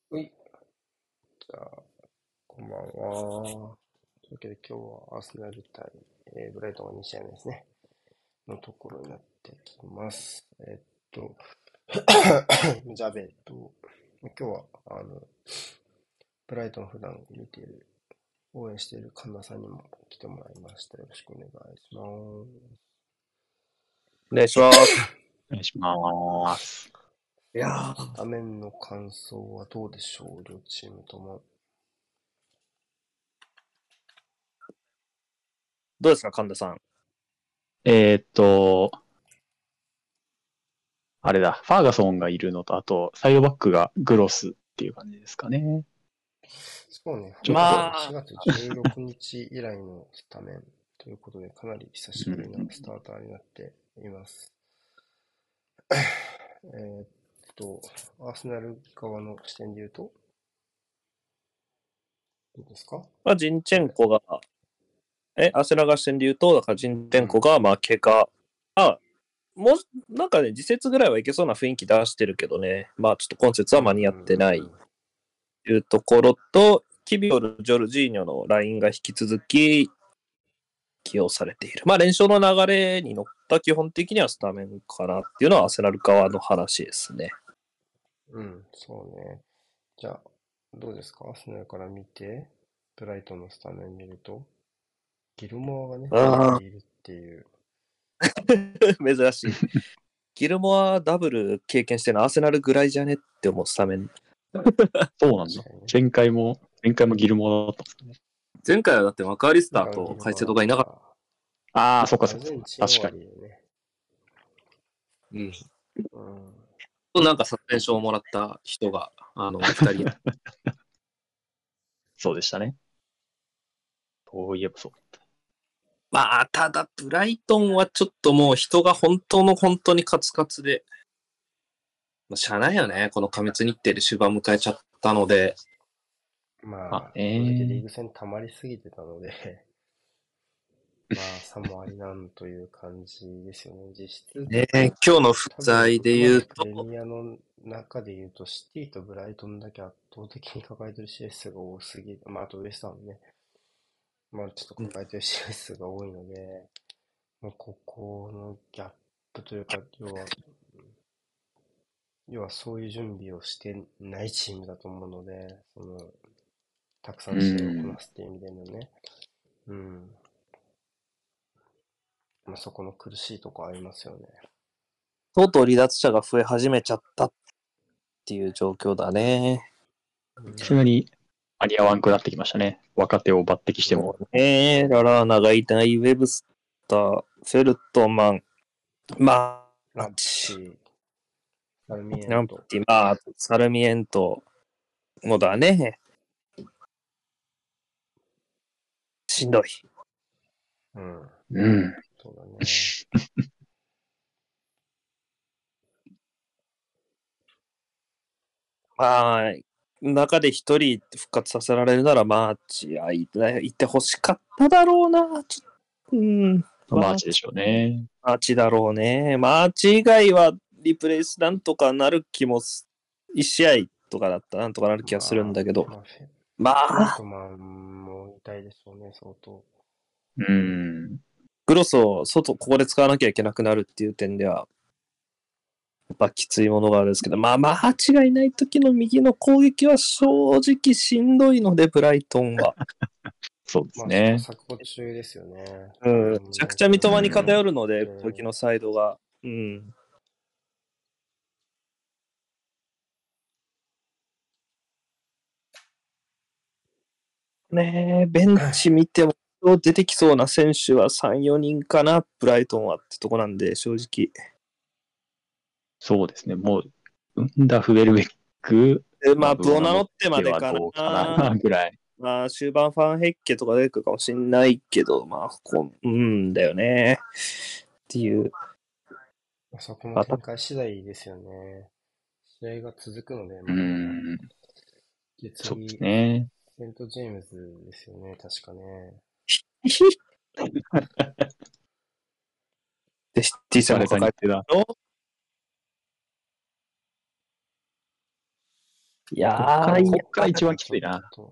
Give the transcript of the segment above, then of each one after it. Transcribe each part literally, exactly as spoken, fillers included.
はい。じゃあ、こんばんは。というわけで今日はアーセナル対、えーブライトンがに試合目ですね。のところになってきます。えっと、じゃあ、えっと、今日は、あの、ブライトン普段見ている、応援している神田さんにも来てもらいました。よろしくお願いします。 お願いします。 お願いします。 いやー、 スタメンの感想はどうでしょう、両チームとも。 どうですか、神田さん。 えーっと、あれだ、ファーガソンがいるのと、あと、サイドバックがグロスっていう感じですかね。 そうね、 ちょっとまあ、 しがつじゅうろくにち以来のスタメンということで、かなり久しぶりなスターターになっています。えーっと、アーセナル側の視点で言うと、どうですか？ まあ、ジンチェンコが、え、アセナ合戦で言うと、だからジンチェンコが、まあ、怪我、あ、もう、なんかね、次節ぐらいはいけそうな雰囲気出してるけどね、まあ、ちょっと今節は間に合ってないというところと、キビオル・ジョルジーニョのラインが引き続き起用されている。まあ、連勝の流れに乗った基本的にはスタメンかなっていうのはアセナル側の話ですね。 うん、そうね。じゃあ、どうですか？アーセナルから見て、ブライトンのスタメン見ると、ギルモアがね、 あいるっていう。 珍しい。ギルモアダブル経験してるのアーセナルぐらいじゃねって思うスタメン。 そうなんだ。前回も、前回もギルモアだったんですね。 前回はだってマカーリスターだからギルモアとカイセドがいなかった。 ああ、そっかアルそっかそっか。 ゼンチン終確かに。 わりでね。 うん。 うん。 となんかサスペンションをもらった人が、あの、二人。 そうでしたね。そういえばそうだった。 まあ、ただ、ブライトンはちょっともう人が本当の本当にカツカツで、まあ、しゃあないよね。この過密日程で終盤迎えちゃったので。 まあ、 まあね正直リーグ戦溜まりすぎてたので、まあ、差もありなんという感じですよね。実質、 ね、今日の不多分在で言うと、 ここまでプレミアの中で言うと、シティとブライトンだけ圧倒的に抱えてる試合数が多すぎる。まあ、あとウエストハムね。まあ、ちょっと抱えてる試合数が多いので、もうここのギャップというか、要は、要はそういう準備をしてないチームだと思うので、その、たくさん試合をこなすっていう意味でのね。うん。まあ、そこの苦しいとこありますよね。 とうとう離脱者が増え始めちゃったっていう状況だね。 さすがに間に合わんくなってきましたね。若手を抜擢しても。 ねえ、ララーナがいない、ウェブスター、フェルトマン、マランプーチ、 ティ、サルミエランプント。 ティ、マーチ、サルミエント、もだね。しんどい。 うん。 うん。 そうだね。 まあ、中で一人復活させられるならマーチはいてほしかっただろうな。ちょうん。 マーチでしょうね。 マーチだろうね。マーチ以外はリプレイスなんとかなる気もす、一試合とかだったらなんとかなる気がするんだけど。 まあ、フェまフェルあ、 トマンも痛いでしょうね、相当。 うん。 グロスを外、ここで使わなきゃいけなくなるっていう点では、やっぱきついものがあるんですけど、まあ、マーチがいない時の右の攻撃は正直しんどいので、ブライトンは。 そうですまあ、 ね。 錯誤中ですよね。 うん。めちゃくちゃ三笘に偏るので、 うん時のサイドが。うん。ねえ、ベンチ見ても出てきそうな選手はさん、よにんかな、ブライトンはってとこなんで、正直。 そうですね。もう、ウンダフベルベック、 でまあ、ブオナノってまでかどうかなな。 ぐらい。 まあ、終盤ファンヘッケとか出てくるかもしんないけど、まあ、こう、うんだよね。っていう。 そこも展開次第ですよね。試合が続くので、まだまだ。 うん。 で、 そうです次、 ね。 セント・ジェームズですよね、確かね。 で、シティ戦も抱えてるのいやこっから、 ー、いやこっから一番きついな。 ちょっ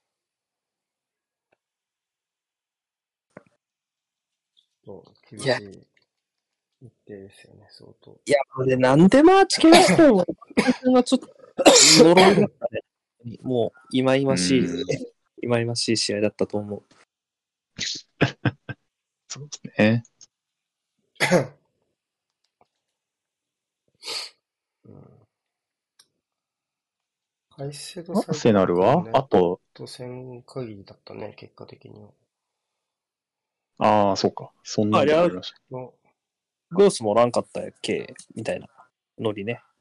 と厳しい日程ですよね、相当。 いや、これなんでマーチ怪我したのがちょっと呪いだったね。もう、いまいましい、 うんいまいましい試合だったと思う。 そうですね。 うん。カイセドアーセナルはあと、 と戦限りだったね、結果的には。 ああ、そうか。そんなのもありました。 のグースもおらんかったやっけみたいなノリね。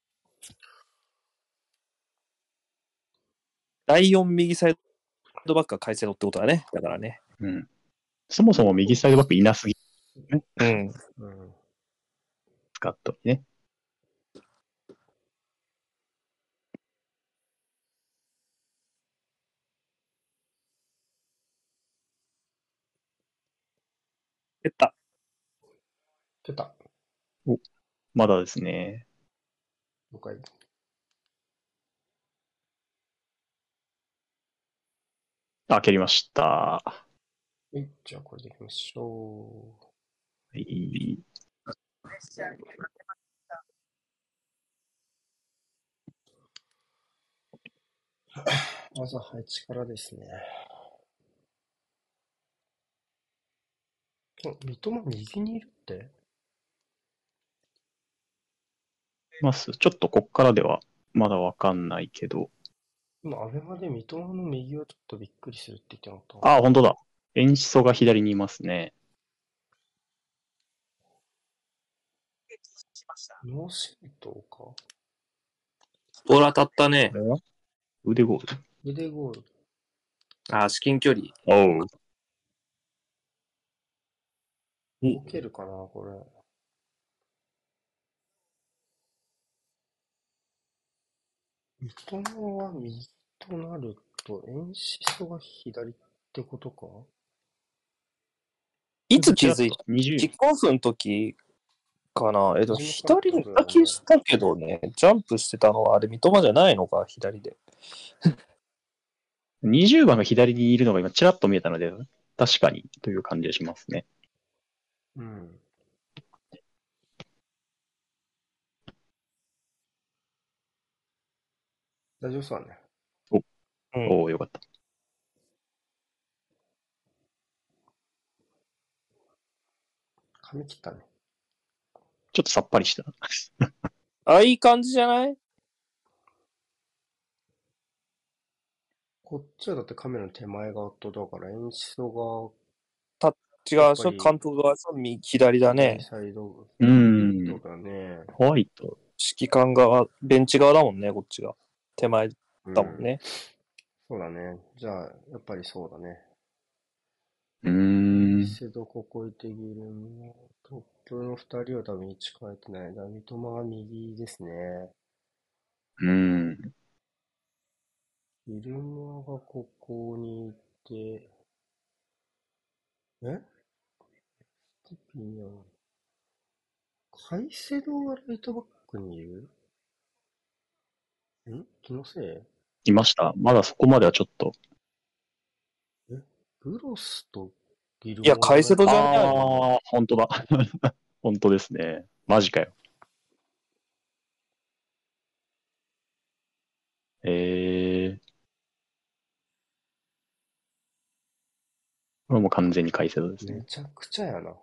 だいよん右サイドバックがカイセドってことだね。だからね。 うん。そもそも右サイドバックいなすぎね。 うん。 うん。 スカットにね。 出た。 出た。 お、まだですね。 了解。 あ、蹴りました。ははい、じゃあこれでいきましょい。 う。まずは配置からですね。あ、三笘右にいるって？ ます。ちょっとこっからではまだわかんないけど。 今、アベマで三笘の右はちょっとびっくりするって言ってなかった？ あ、本当だ。エンシソが左にいますね。 ノーシートか？ ボール当たったねこ。れは腕ゴール。 腕ゴール。 あ、至近距離。 おう。 動けるかな、これ。三笘は右となると、エンシソが左ってことか？ いつ気づいた？ にじゅうキックオフの時かな。えっと、 初めからって左にことだよね先したけどね、ジャンプしてたのはあれ三笘じゃないのか、左で。 にじゅうばんが左にいるのが今ちらっと見えたので、確かにという感じがしますね。 うん。大丈夫そうだね。 うん。 おお、よかった。 髪切ったね。 ちょっとさっぱりした。 あ、いい感じじゃない？ こっちはだってカメラの手前が夫だから、エンシソ違うでしょ、監督側さ、右、左だが左ね。 サイドうヒーん。 ットだね。 ホワイト。 指揮官側、ベンチ側だもんね、こっちが。手前うんだもんね。 そうだね。じゃあ、やっぱりそうだね。 うーん。 セドココイテギルも、東京の二人は多分位置変えてないな。三笘は右ですね。 うーん。 ギルマがここにいて、えスティピニャン。カイセドがライトバックにいる？ん気のせい？ いました。まだそこまではちょっと。 えグロスとギルいや、 マカイセドじゃい？ ないの？ ああ、本当だ。本当ですね。マジかよ。えー。これはもう完全に解説ですね。 めちゃくちゃやな。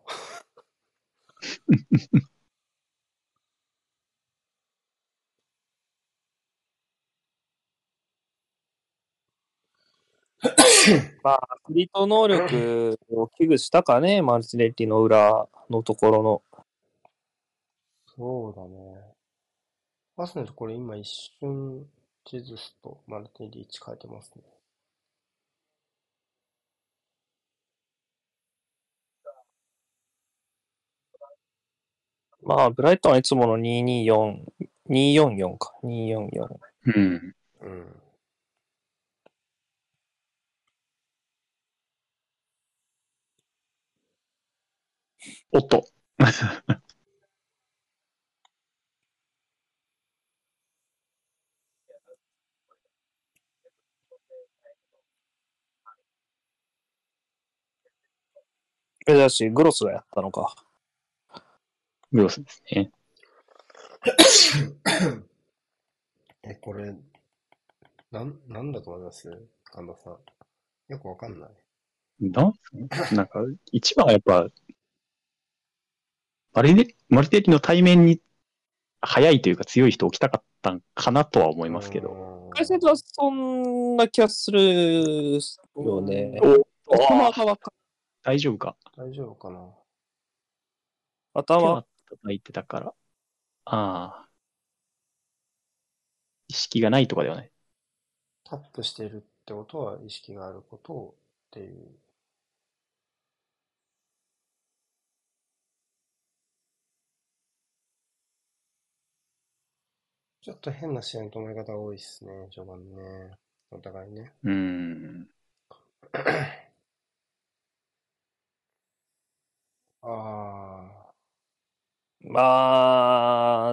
まあ、アスリート能力を危惧したかね、マルチネッリの裏のところの。 そうだね。アスネルこれ今一瞬、ジェズスとマルティリ位置変えてますね。 まあ、ブライトンはいつものにーにーよん、にーよんよんか、にーよんよん。 うん。 うん。 おっと。 珍しい。グロスがやったのか。 グロスですね。 え、これ、なん、なんだと思います神田さん。よくわかんない。 なんすかなんか、一番はやっぱ、マルデマルティネリの対面に速いというか強い人を置きたかったんかなとは思いますけど。 解説はそんな気がするよね。 お頭がわか大丈夫か。 大丈夫かな。 手頭は叩いてたから。ああ。意識がないとかではない。 タップしてるってことは意識があることをっていう。ちょっと変な試合の止め方が多いですね、序盤ね。お互いね。 うーん。 あまあ、 ー、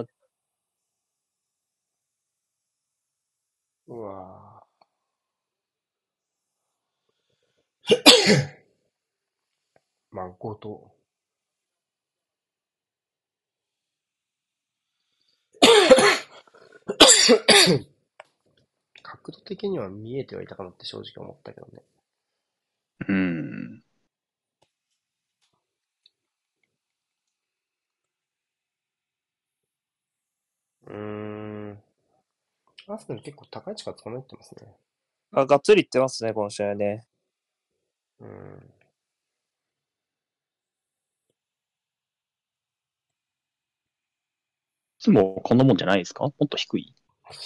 うわー。まあ、ごと。角度的には見えてはいたかなって正直思ったけどね。 うーん。 うーん。アーセナル結構高い力捕まえてますね。 あがっつりいってますね、この試合ね。 うん。 いつもこんなもんじゃないですか？もっと低い？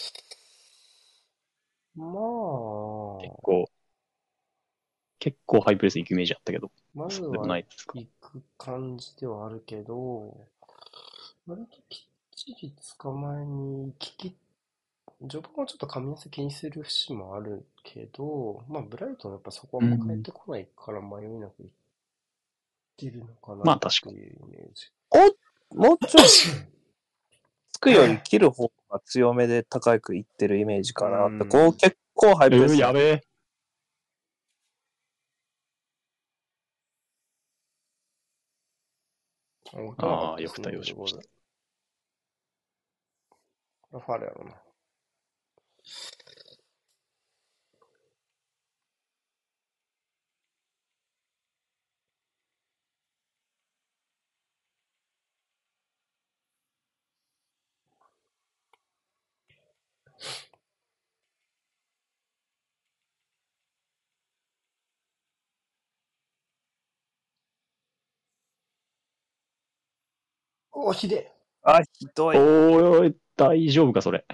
まあ、 結構、結構ハイプレス行くイメージあったけど、そうでもまずはないですか？ 行く感じではあるけど、割ときっちり捕まえに行きき、序盤はちょっと噛み合わせ気にする節もあるけど、まあブライトンやっぱそこはあんま変えてこないから迷いなくいってるのかなっまあ確かに。 ていうイメージ。 おもうちょいつくより切る方が強めで高くいってるイメージかなって。 うんこう結構ハイプレス。 うーやべえ。ああ、よく対応しました。 これファールやろな。お、ひであ、ひどい。 おー、大丈夫か、それ。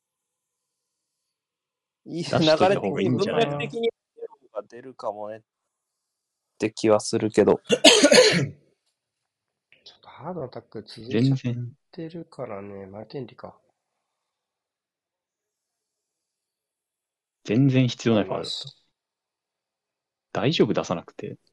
いい流出しといれた方がいい的に、文んじゃない？ 脈的にが出るかもねって気はするけど。 ちょっとハードなタックル続いちゃっ全然、 てるからね、マルティンリか。 全然必要ないファウルだった。 なし。 大丈夫出さなくて。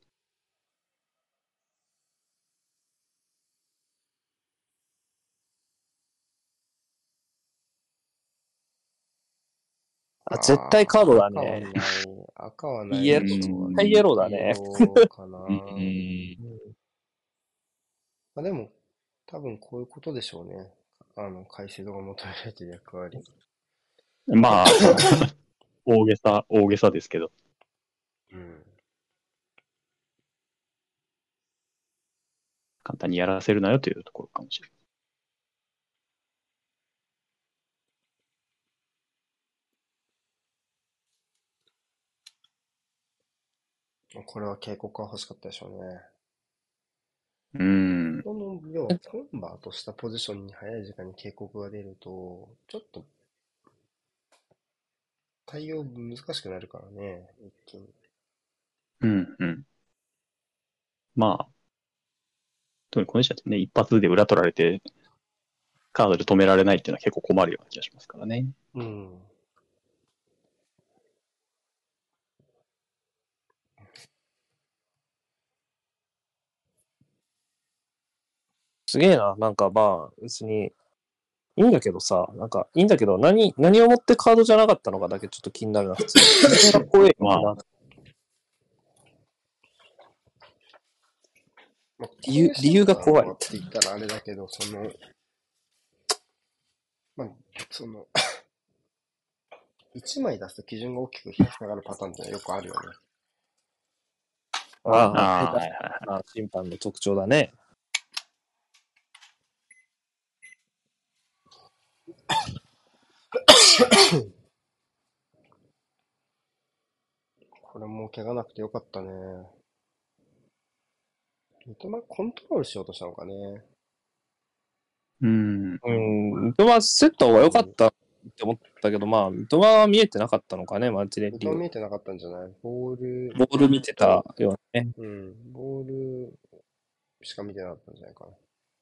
あ、絶対カードだね。 赤はない。赤はない。 イエロー、 うん絶対イエローだイエね。 ローかな。 うーん。 まあ、でも、多分こういうことでしょうね。あの、解説が求められてる役割。 まあ、大げさ、大げさですけど、 うん。 簡単にやらせるなよというところかもしれない。 これは警告が欲しかったでしょうね。 うーん。 この、要はコンバートしたポジションに早い時間に警告が出ると、ちょっと対応難しくなるからね、一気に。 うん、うん。まあ、特にこの人たちね、一発で裏取られて、カードで止められないっていうのは結構困るような気がしますからね。 うん。 すげえな。なんかまあ、別に、いいんだけどさ、なんか、いいんだけど、何、何をもってカードじゃなかったのかだけちょっと気になるな、普通に。自分が怖えまあな。 まあ理由理由が怖いこううシーンって言ったらあれだけど、その、まあ、その、いちまい出すと基準が大きく下がるパターンってよくあるよね。 ああ、 ああ、 下手はいはいはい。 な審判の特徴だね。 これもう怪我なくてよかったね。三笘コントロールしようとしたのかね。 うん。 うん、三笘セットは良かったって思ったけど、まあ、三笘は見えてなかったのかね、マジレ三リオ。 笘見えてなかったんじゃない？ボール、 ボール見てたよね。 うん、ボールしか見てなかったんじゃないかな。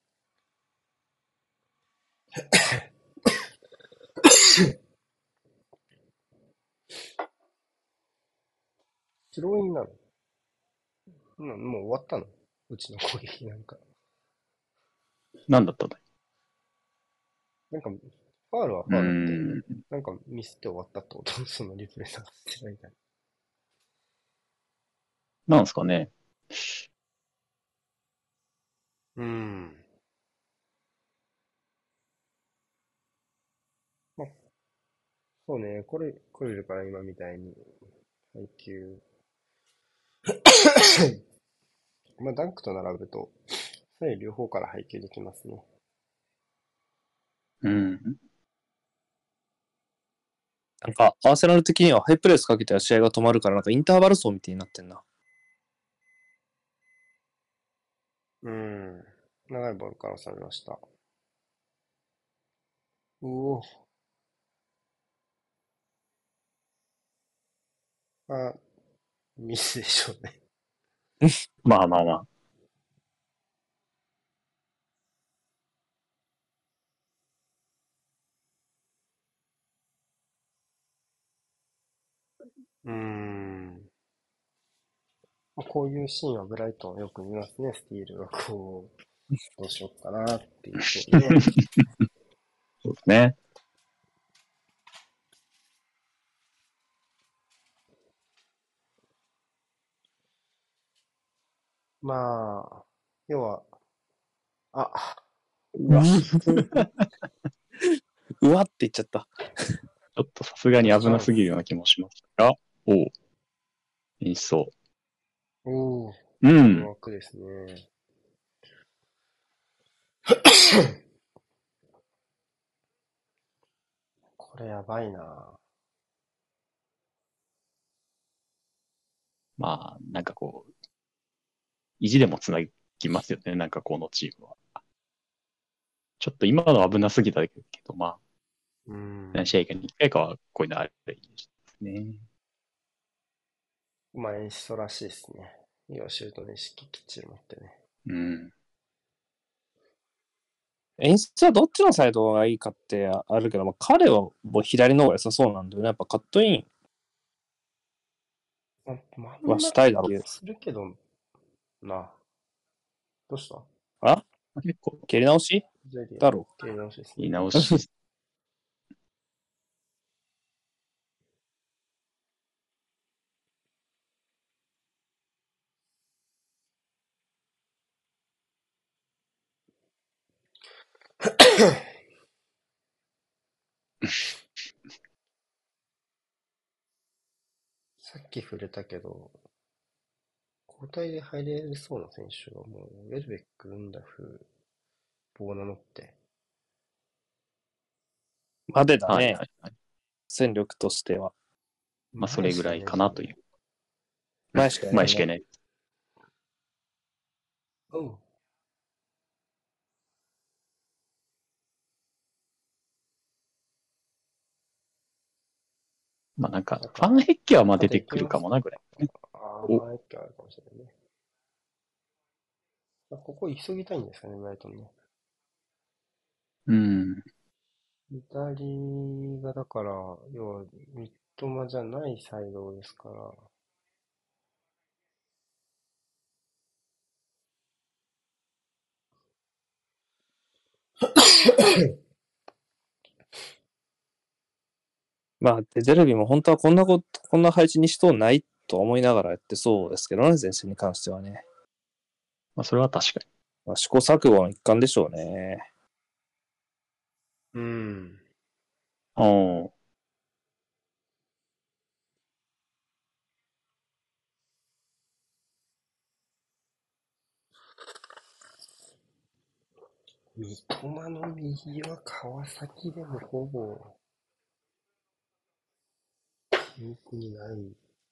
スローインなの？うん、もう終わったの？うちの攻撃なんか。 なんだったんだなんか、ファールはフうァールだったよね。 ん。 なんかミスって終わったってことそのリプレイ流してるみたいなんですかね。 な。うん。まあ、そうね、これ、これるから今みたいに、配球。まあ、ダンクと並ぶと、それ両方から配球できますね。 うん。 なんか、アーセナル的にはハイプレスかけては試合が止まるから、なんかインターバル走みたいになってんな。 うん。長いボールから収めました。うお。あ、ミスでしょうね。 まあまあまあ。 うーん。まあこういうシーンはブライトンよく見ますね、スティールがこう、どうしようかなっていうシーンね。 そうですね。 まあ、要は、あ、 うわ、うわって言っちゃった。 ちょっとさすがに危なすぎるような気もしますが、おう、いいそおー、 う。うこのん。 枠ですね。これやばいな。 まあ、なんかこう、意地でもつなぎますよね。なんかこのチームは。ちょっと今のは危なすぎたけど、まあ、 うーん。 何試合かにいっかいかはこういうのあるといいですね。 まあ演出らしいですね。要はシュートの意識きっちり持ってね。 うん。 演出はどっちのサイドがいいかってあるけど、まあ、彼はもう左の方が良さそうなんだよね。やっぱカットインまあ、真はんしたいだろう。 中するけどな。どうした？ あ結構、 蹴り直しゼリア。 だろ切り直しですいいね。 直し。 さっき触れたけど、交代で入れそうな選手はもう、ウェルベック、ウンダフ、ボーナノって。 う。までだはいね。 はいはい。 戦力としては。 まあ、それぐらいかなという。 前しかいない、ね。 前しかいない。 うん。 まあなんか、ファンヘッケはまあ出てくるかもなぐらい。 ああ、 おまあ、一挙あるかもしれないね。あここ急ぎたいんですかね、ブライトンね。 うん。 左がだから、要は、ミッドマじゃないサイドですから。 まあ、デゼルビも本当はこんなこと、こんな配置にしとうないと思いながらやってそうですけどね、前線に関してはね。 まあ、それは確かまあ、試行錯誤の一環でしょうね。 うん。 に。おー。 三笘の右は川崎でもほぼ記憶にない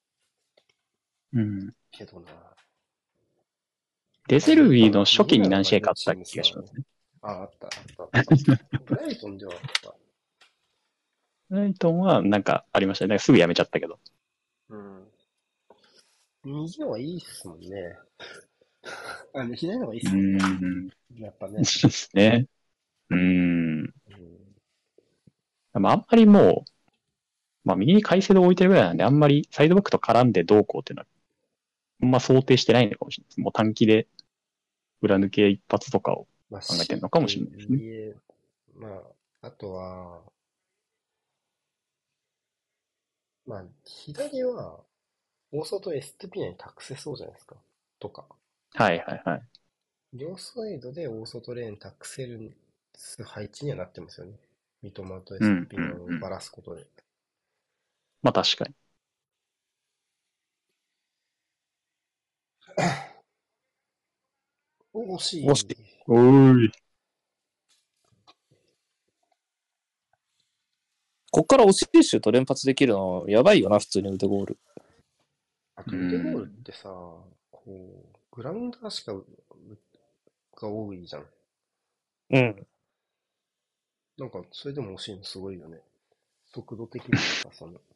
うん。 けどな。 デゼルビーの初期に何試合かあった右なのが気がしますね。 あ、あった、あった、あった。ブライトンではあった。 ブライトンはなんかありましたね。なんかすぐ辞めちゃったけど。 うん。右の方がいいっすもんね。あの、左の方がいいっうすもんね。 ーん。 やっぱね。 そうですね。うーん。 うんまあ、あんまりもう、まあ、右にカイセドを置いてるぐらいなんで、あんまりサイドバックと絡んでどうこうっていうのは、あんま想定してないのかもしれないです。もう短期で裏抜け一発とかをまあ、 考えてるのかもしれないですね。 強いて言えまあ、あとは、まあ、左は、大外エストピアに託せそうじゃないですか。とか。 はいはいはい。 両サイドで大外レーン託せる配置にはなってますよね。三笘とエスうんトピナうんうん。 をばらすことで。 まあ確かに。 惜しい。 もし、 おーい。 こっから惜しいシュート連発できるのやばいよな、普通に腕ゴール。 あと、腕ゴールってさ、こう、グラウンダーしかが多いじゃん。 うん。 なんか、それでも惜しいのすごいよね。速度的にさ、その、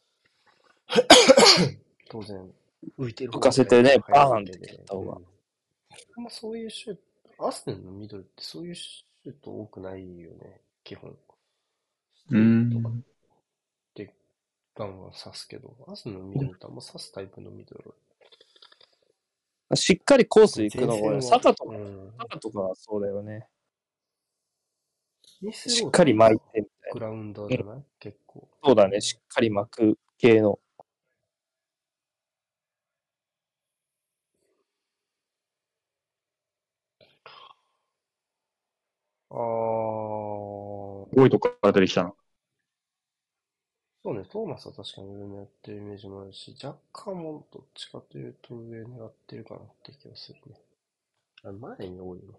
当然、浮いてる方浮かせてね、バーンって速いわけで。 蹴った方が。 うんあんまそういうシュート、アスネルのミドルってそういうシュート多くないよね、基本。ステうィールとかっん。 てガンガン刺すけど、アスネルのミドルってあんま刺すタイプのミドル。 しっかりコース行くのが、 前線は、 坂とか、 うん。 坂とかはそうだよね。 ミスしっローとかかり巻いてみたいグラウンダーな。 じゃない結構。 そうだね、しっかり巻く系の。 あー、 すごいとこから出てきたな。 そうね、トーマスは確かに上狙ってるイメージもあるし、若干もどっちかというと上狙ってるかなって気がするね。あ、前に多いね。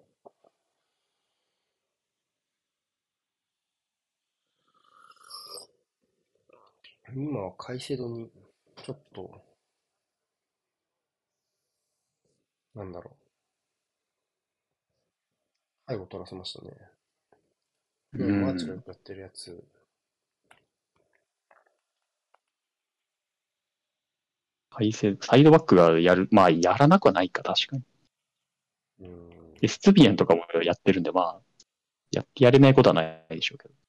今はカイセドに、ちょっと、なんだろう、背後取らせましたね。 う今マーチがよん。 くやってるやつ、 改正、サイドバックがやる、まあやらなくはないか、確かに。 うん。 エスツビエンとかもやってるんで、まあ、やってやれないことはないでしょうけど。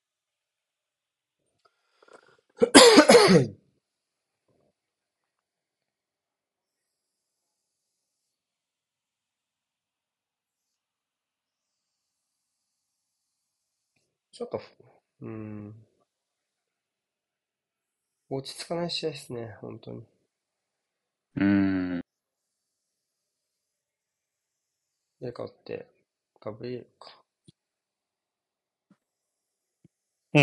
ちょっと、うん、落ち着かない試合ですね、本当に。 うん。 で、勝って、ガブリエルか。 うん。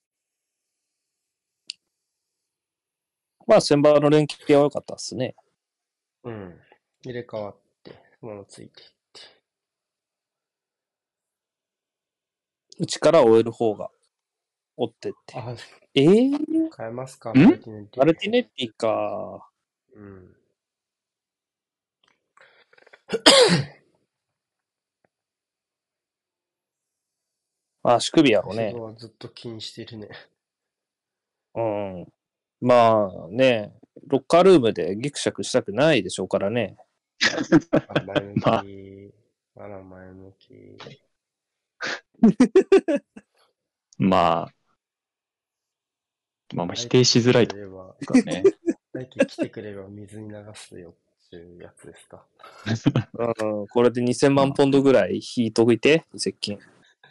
まあ、先場の連携は良かったっすね。 うん。入れ替わって、そのままついていって。 内から終える方が追ってって。 あ、 えー、 変えますか、 んマルティネッリ。 マルティネッリか。 うん。 まあ、足首やろうねカイセド。はずっと気にしているね。 うん。まあね、ロッカールームでギクシャクしたくないでしょうからね。 あら、前向き。 まああら、前向き。 まあ、まあ、まあ否定しづらいと来てくれれば、 かね。 来季来てくれれば水に流すよっていうやつですか。 うん、これでにせんまんポンドぐらい引いといて、移籍金。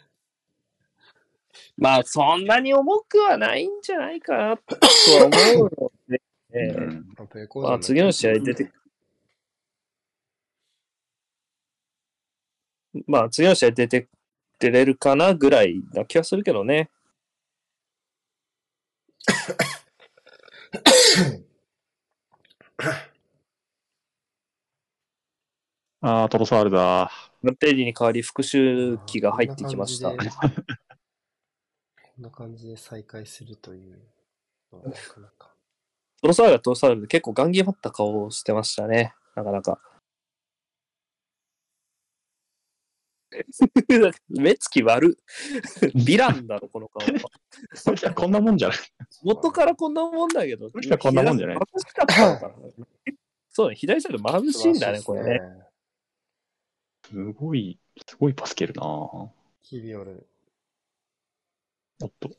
まあ、そんなに重くはないんじゃないかなとは思うので、えうん。 あペコまあ、次の試合出てくる。 まあ、次の試合出て、出れるかなぐらいな気がするけどね。 あー、トロサールだ。 バッテリーに代わり復習機があー入ってきました。 こんな感じで、こんな感じで再開するというのはなかなか。 トロサールはトロサールで結構ガンギ張った顔をしてましたね。なかなか。目つき悪。ヴィランだろ、この顔は。 そりゃこんなもんじゃない。 元からこんなもんだけど。 そりゃこんなもんじゃない眩しかったのかな。そうね、左サイド眩しいんだね、これね。 すごい、すごいパス蹴るなぁ。おキビオル。 っと。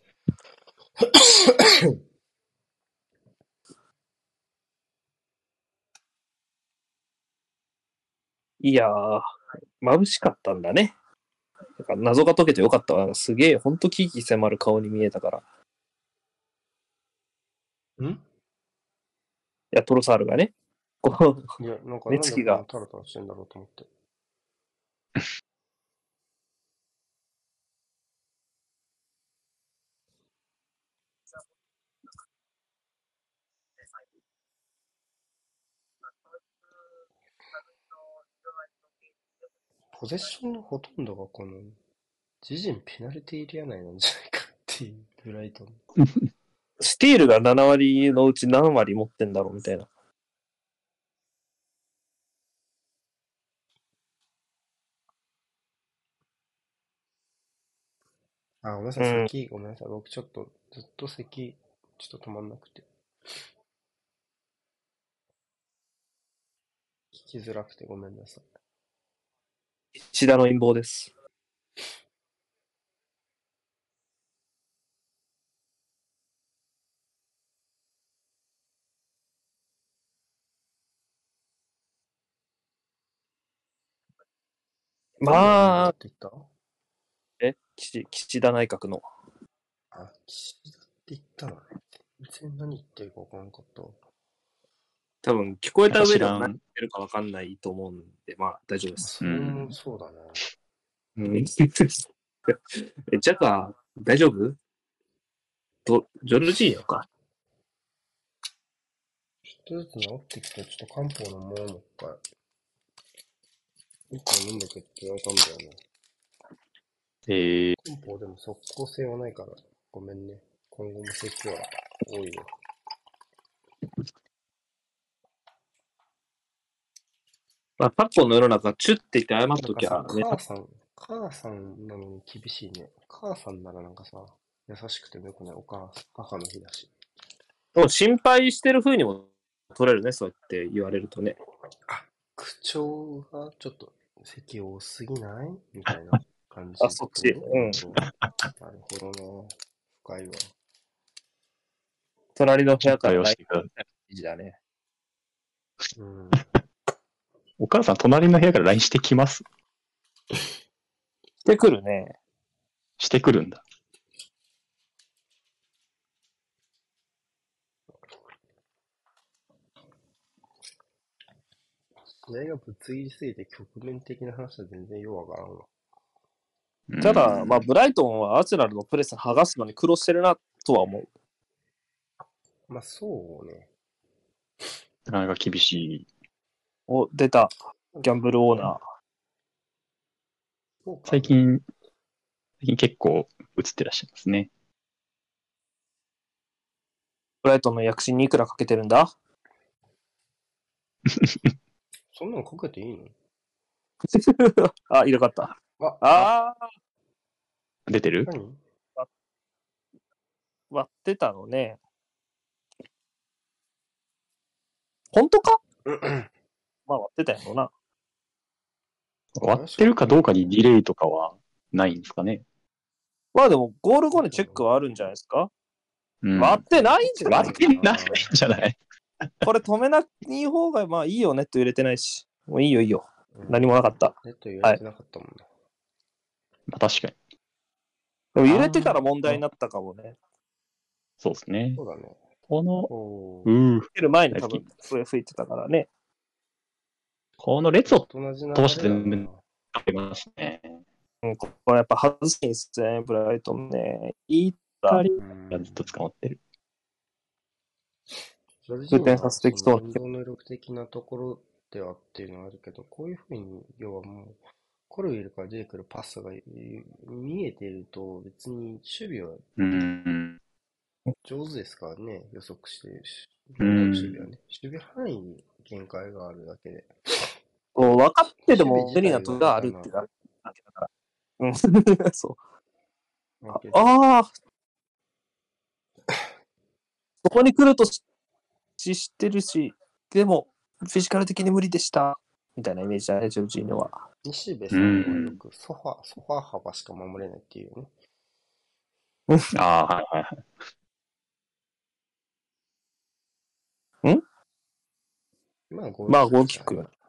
いやー、眩しかったんだね。だから謎が解けてよかったわ。すげえ、ほんと危機迫る顔に見えたから。 んいや、トロサールがね。こう、 いや、なんか目つきがなんでこんなタラタラしてんだろうと思って。ポゼッションのほとんどがこの、自陣ペナルティーエリア内なんじゃないかっていうブライトン。 スティールがなな割のうち何割持ってんだろうみたいな。 あ、ごめんなさい、 うん咳、ごめんなさい。僕ちょっと、ずっと咳、ちょっと止まんなくて。聞きづらくてごめんなさい。 石田の陰謀です。まあ、 って言ったえ、岸岸田内閣の。 あ、岸田って言ったのね。全然何言ってるか分からんかった。 多分聞こえた上では知らん何言ってるか分かんないと思うんで、まあ大丈夫です。 それもそうだね。 うん、え、ジャカ、大丈夫と、ジョルジーノか。 ちょっとずつ治ってきて、ちょっと漢方のもうもう一回。一回飲んでくって言われたんだよね。 えー、 漢方でも即効性はないから、ごめんね。今後も咳は多いよ。 まあ、昨今の世の中、チュって言って謝っときゃなんかさ、 ね。 母さん、母さんなのに厳しいね。母さんならなんかさ、優しくてもよくないお母さん、母の日だし。 でも心配してる風にも取れるね、そうやって言われるとね。 あ、口調がちょっと咳多すぎないみたいな感じ。 あ、そっち。うん。 なるほどな。深いわ。 隣の部屋から心配をしてください。 大事だね。 うん。 お母さん、隣の部屋から ライン してきます。 してくるね。 してくるんだ。 試合がぶつ切りすぎて局面的な話は全然ようわからんわ。 ただ、 うんまあ、ブライトンはアーセナルのプレス剥がすのに苦労してるなとは思う。 まあそうね。 なかなか厳しい。 お、出た。ギャンブルオーナー。 そうか最近、最近結構映ってらっしゃいますね。 ブライトンの躍進にいくらかけてるんだそんなのかけていいのあ、いなかった。 あ、 あー、 出てる何割ってたのね。本当かまあ割ってたやろな。 割ってるかどうかにディレイとかはないんですかね。 まあでも、ゴール後にチェックはあるんじゃないですか、 うん、 割ってないんじゃない割ってないんじゃないこれ止めない方がまあいいよ、ネット入れてないし。もういいよいいよ。 うん何もなかった。 ネット言われてなかったもんな。 まあ確かに。 でも揺れてから問題になったかもね。 そうですねそ。うだね。 この、 おうーー、 出る前に多分笛吹いてたからね。 この列を同じ流れ通してだな全部ありますね。 うん、これやっぱ外せないっすね、ブライトンね。いいか、 光うんがずっと捕まってる。 ジョルジ逆ーニョは転させてきその運そうな気が。 動能力的なところではっていうのはあるけど、こういうふうに、要はもう、コルウィルから出てくるパスが見えていると、別に守備はうん。 上手ですからね、予測してるし、 うロンドンの守備はん。 ね、守備範囲に限界があるだけで、 こう分かってて守備も無理な自体が時がある下手なってだけだから。うん。そう。あわけで、 あー、そこに来るとし知ってるし、でも、フィジカル的に無理でした。みたいなイメージだね、ジョルジーニョは。 西部うさんはよん。 くソファ、ソファー幅しか守れないっていうね。 ああ、はいはいはい。 んまあ、ゴールまあ、 キッゴールキック。 クじゃないか。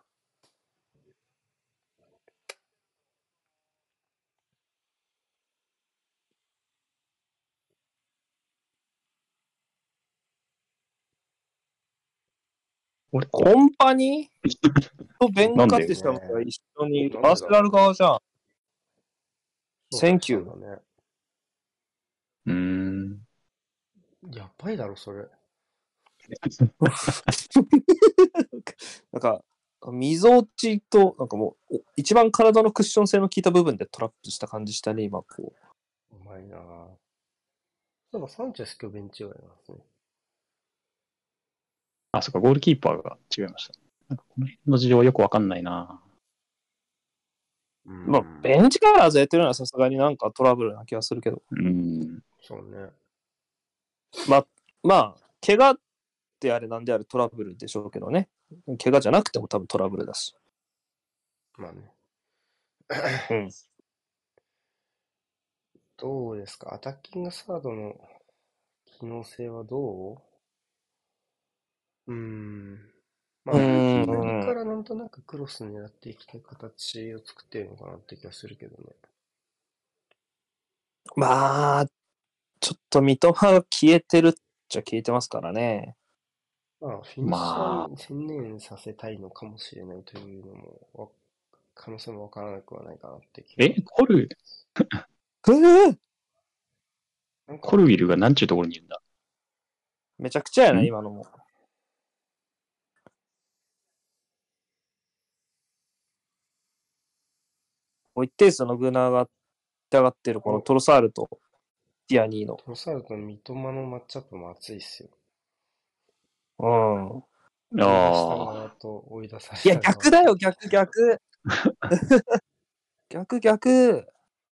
俺、 コンパニーとベンなんでカティスが一緒にいる。 なんでだろうアーセナル側じゃん。 招待センキュー。 したんだね。 うーん。 やばいだろ、それ。 なんか、みぞおちと、なんかもう、お一番体のクッション性の効いた部分でトラップした感じしたね、今、こう。 うまいなぁ。そういえばサンチェス今日ベンチ外なんですね。 あ、そっか、ゴールキーパーが違いました。なんかこの辺の事情はよくわかんないな。 うまあ、 ん。 ベンチカラーズやってるのはさすがになんかトラブルな気がするけど。 うん。 そうね。 まあ、まあ、怪我であれなんであれトラブルでしょうけどね。怪我じゃなくても多分トラブルだし。 まあね。 うん。 どうですかアタッキングサードの機能性はどううーん。まうあ、左ーん。 からなんとなくクロス狙っていきたい形を作ってるのかなって気がするけどね。 まあ、ちょっと三笘が消えてるっちゃ消えてますからね。 まあ、フィニッシャーまあ、 に専念させたいのかもしれないというのも、わ可能性もわからなくはないかなって気が。 え、コル、 えー、 なんか、 コルウィルがなんちゅうところにいるんだ。 めちゃくちゃやな、 ん今のも。もう一定数のグナーが上がってるこのお、 トロサールとティアニーの。 トロサールと三笘のマッチアップも熱いっすよ。 うん。 追い出したああ、 側と追い出さいや、 れた側と。 逆だよ、逆、逆。逆、逆。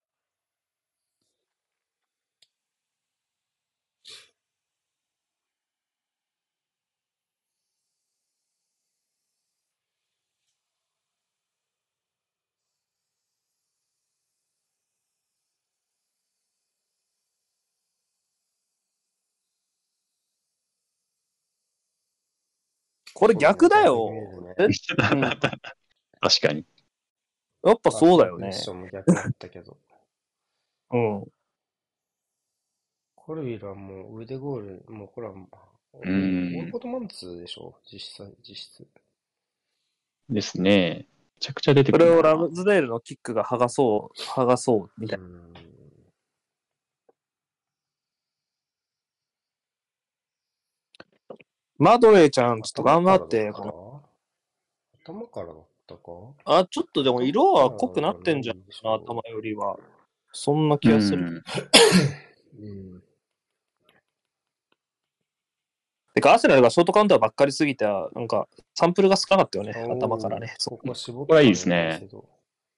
これそうね、 逆だ逆に見えるよ。 ね。 えうん。 確かに。 やっぱファーストインそうだよね。 プレッションも逆だったけど。 うん。 コルビルはもう腕ゴール、もうこれはもう、オうールん。 コートマンツーでしょ実際、実質。 ですね。めちゃくちゃ出てそれくるな。 をラムズデールのキックが剥がそう、剥がそうみうたいな。 ん。 マドウェイちゃん、ちょっと頭頑からだっ張って、この、 た頭からだったかあ、ちょっとでも頭色からは濃くなじゃないってんじゃんでしな、頭ょよりは。そんなう気がする。 ん。 う。うん。 てか、アーセナルがショートカウンターばっかりすぎて、なんか、サンプルが少なかったよね、頭からおー、 ね。そここは絞っこれはいいたね、 ですねカイセド。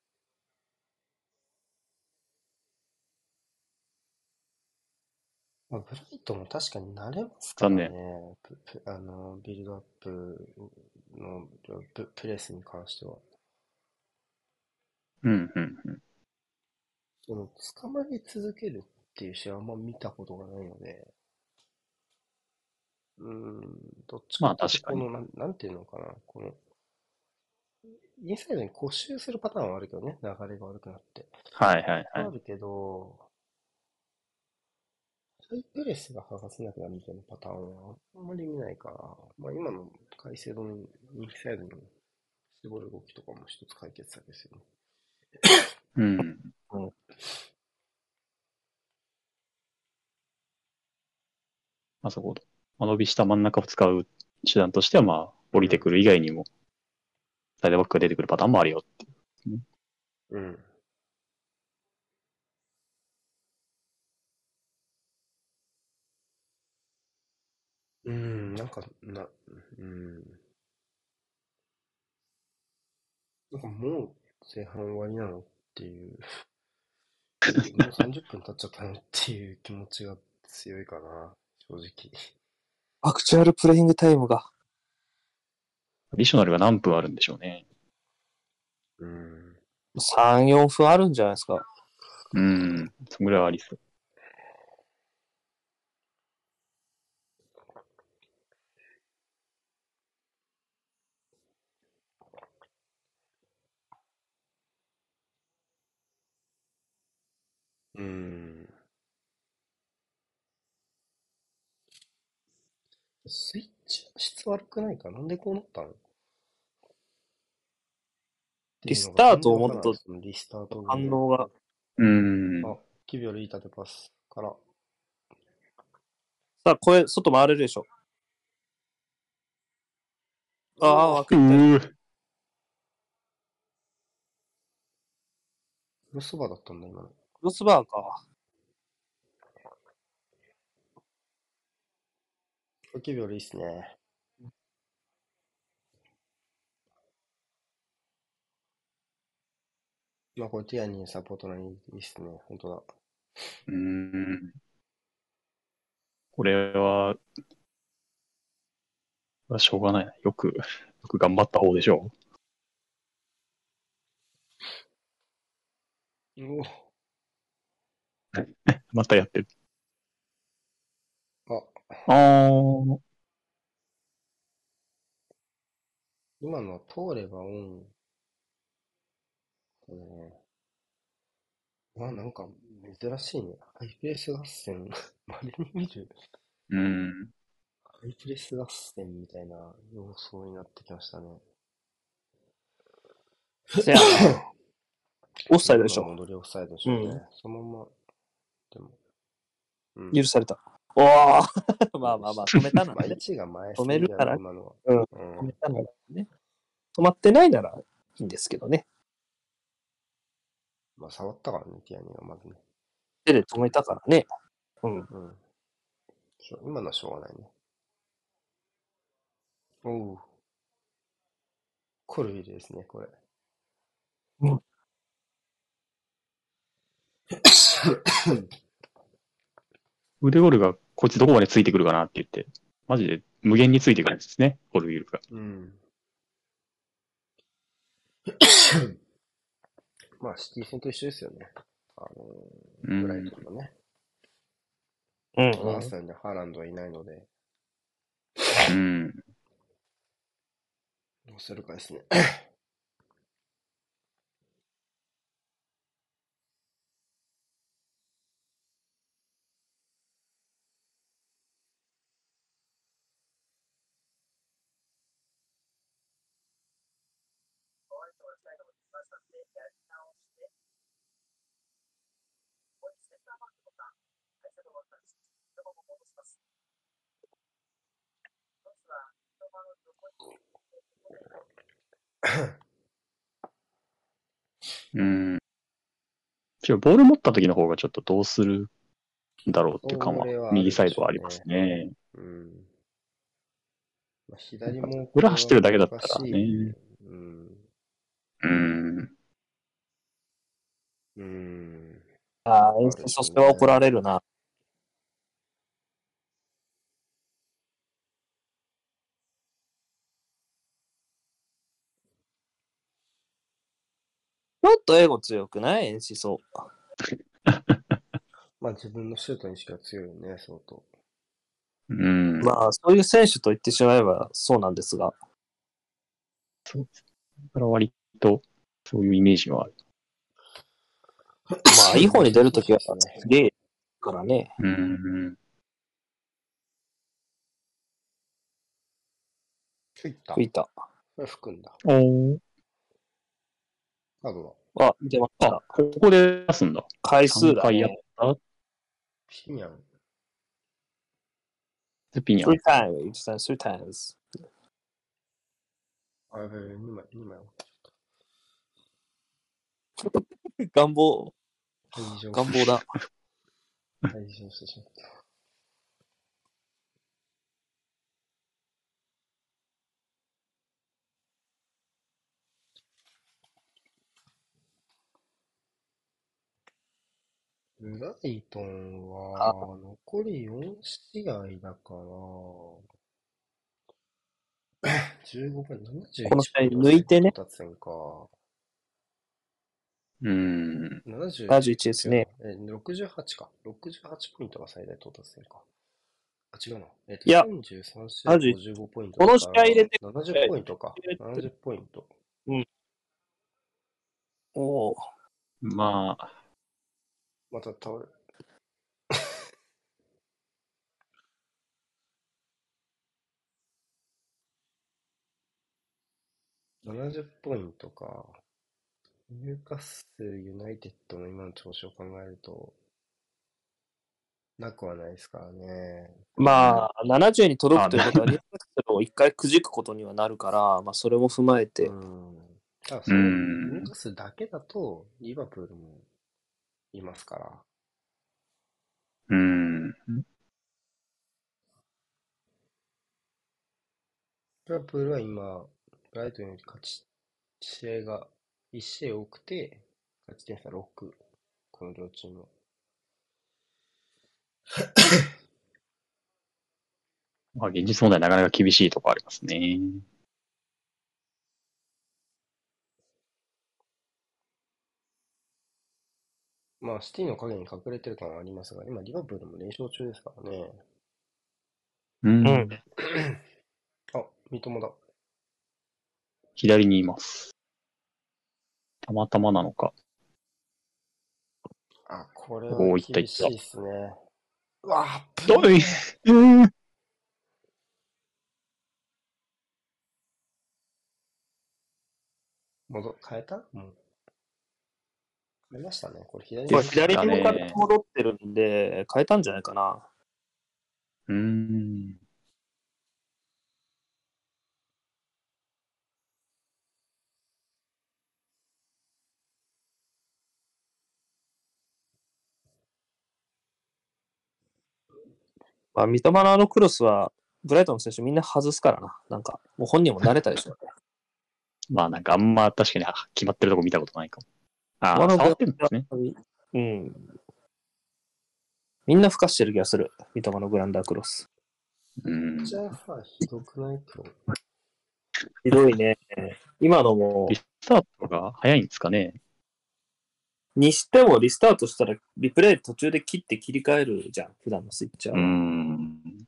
まあ、ブライトも確かに慣れますから残念。 ね。ププあの、ビルドアップのププレスに関しては。 うん、うん、うん。 その、捕まり続けるっていう試合はあんま見たことがないので、うーん、どっちかまあっていうと、 確かに。 この、なん、なんていうのかな、この、インサイドに固執するパターンはあるけどね、流れが悪くなって。 はいはいはい。 あるけど、ハイプレスが剥がせなくなるみたいなパターンはあんまり見ないから、まあ今の改正度のインサイドに絞る動きとかも一つ解決策ですよね。 うん。まあそこ、伸びした真ん中を使う手段としては、まあ、降りてくる以外にも、サイドバックが出てくるパターンもあるよっていう。 うん。うん、なんか、な、うん。なんかもう前半終わりなのっていう、もうさんじゅっぷん経っちゃったのっていう気持ちが強いかな、正直。 アクチュアルプレイングタイムが。 アディショナルが何分あるんでしょうね。 うん。 さん、よんぷんあるんじゃないですか。 うん。そんぐらいはありそう。 うん。スイッチは質悪くないかなんでこうなったのっていうのリスターが全然わトをもっとからないそのリスタート後の。 反応が。 うん。 あ、キビオルいい縦パスから。 さあ、これ、外回れるでしょ。ああ、枠ういったよ。 ー。 クロスバーだったんだ、今の。 クロスバーか。 キビオルいいっすね。まあ、これティアニーサポートのいいっすね。本当だ。 うん。これは、しょうがないな。よく、よく頑張った方でしょうう。またやってる。 お、あ、 あー。 今のは通ればオン。これね。あ、なんか珍しいね。ハイプレス合戦。稀に見る。 うん。 ハイプレス合戦みたいな様相になってきましたね。 せやな。オフサイドでしょ。 今の戻りオフサイドでしょうね。 うん。 そのまま、でも、うん。 許された。おーまあまあまあ、止めたなまあ、 らね。 位置が前止すぎだよね、 めるなら、 今のは。 うん。 う止めん。 たならね。止まってないならいいんですけどね。 まあ、触ったからね、ティアニーがまずね。 手で止めたからね。うん。 うん。しょ今のはしょうがないね。おう。コルビルですね、これ。 うん。 腕ゴールがこいつどこまでついてくるかなって言って、マジで無限についてくるんですね、コルビルが。 うん。まあ、シティ戦と一緒ですよね。あのー、ブライうん。 トンのね。 うんただ、アーうん。 セナルにハーランドはいないので、 うん。 どうするかですね。 うん。ちょボール持った時の方がちょっとどうするんだろうっていう感は、 それはあ右るでしサイドはありますょうね。 ね。 うん。まあ、左もこ裏れは走ってるだけだった難しい。 らね。 うん。 うん。 うん。 ああ、 あるでしょうそれは怒らね。 れるな。ちょっとエゴ強くない演しそう。 まあ、自分のシュートにしか強いよね、相当。 うん。 まあ、そういう選手と言ってしまえばそうなんですが。 そうです。だから割と、そういうイメージはある。 まあ、いい方に出るときはそういう選手ですね。 すげえからね。 うん。 吹いた。 吹いた。 これ吹くんだ。 おー。 カードだ。 あ、出ましあ、 た。 ここで出すんだ。 回数ださんかいやっね。 たピニャン。 スピニャ three ン。 times. It's done three times. あ、やばい、にまい、にまい。 願望、 退場。 願望だ。 退場してしまった。ブライトンは、残りよん試合だから、じゅうご分、ななじゅういちこの試合ポイント抜いてね。 到達戦か。 うーん。 ななじゅう、 ななじゅういちですね。 違うなえ、ろくじゅうはちか。ろくじゅうはちポイントが最大到達戦か。あ、違うな。えっと、 いやさんじゅうさん試合ごじゅうごポイントこのだから、 試合入れて、 ななじゅうポイントか。ななじゅうポイント。 おーまあ、 また倒れ。ななじゅうポイントか。ニューカッスル、ユナイテッドの今の調子を考えると、なくはないですからね。 まあ、ななじゅうに届あくということは、ニューカッスルを一回くじくことにはなるから、まあ、それも踏まえて。 うん。ただうそう、ニューん。 カッスルだけだと、リバプールもいますから。 うん。 リバプールは今、ブライトンより勝ち、試合がいち試合多くて、勝ち点差ろく。この両チームは。 まあ、現実問題なかなか厳しいとこありますね。 まあ、シティの影に隠れてる感はありますが、今、リバプールも連勝中ですからね。 ううん。 ん。 あ、三笘だ。 左にいます。たまたまなのか。 あ、これはおお、いったいった。 厳しいっすね。うわ、 おい危ねうんえ。戻、変えたもう。変えましたね。これ左にまあ、 戻った左に向かってね戻ってるんで、変えたんじゃないかな。 うーん。 まあ、三笘のあのクロスは、ブライトンの選手みんな外すからな。なんか、もう本人も慣れたでしょうね。 まあなんかあんま確かにあ決まってるとこ見たことないかも。ああ、 三笘の触ってるんですね。 うん。みんなふかしてる気がする。三笘のグランダークロス。 うん。 じゃあさ、ひどくない今日。 ひどいね。今のもリ、スタートが早いんですかね。 にしてもリスタートしたらリプレイ途中で切って切り替えるじゃん。普段のスイッチャーうーは。 ん。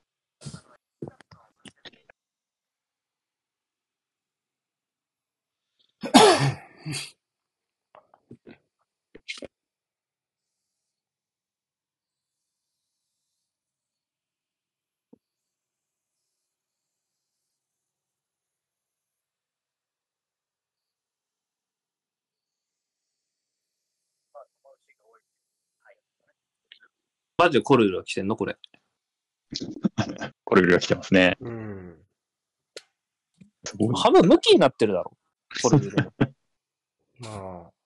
マジでコルルが来てんのこれ。 これぐらいが来てますね。 うん。 すごい。 半分向きになってるだろ。コルルでも。 まあ、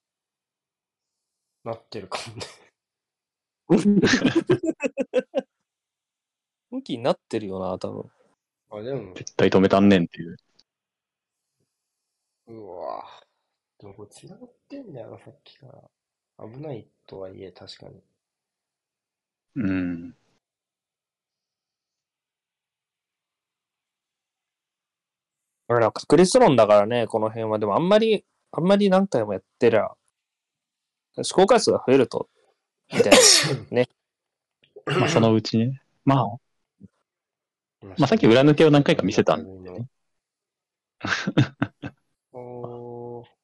なってるかもね。 向きになってるよな、多分。 あ、でも、 絶対止めたんねんっていう。 うわぁ。でもこれ繋がってんだよな、さっきから。危ないとはいえ、確かに。 うん。 だから確率論だからね、この辺は。でもあんまり、あんまり何回もやってりゃ、試行回数が増えると、みたいな。ね。 まあそのうちね。まあ、 今まあさっき裏抜けを何回か見せたんでのね。 おー、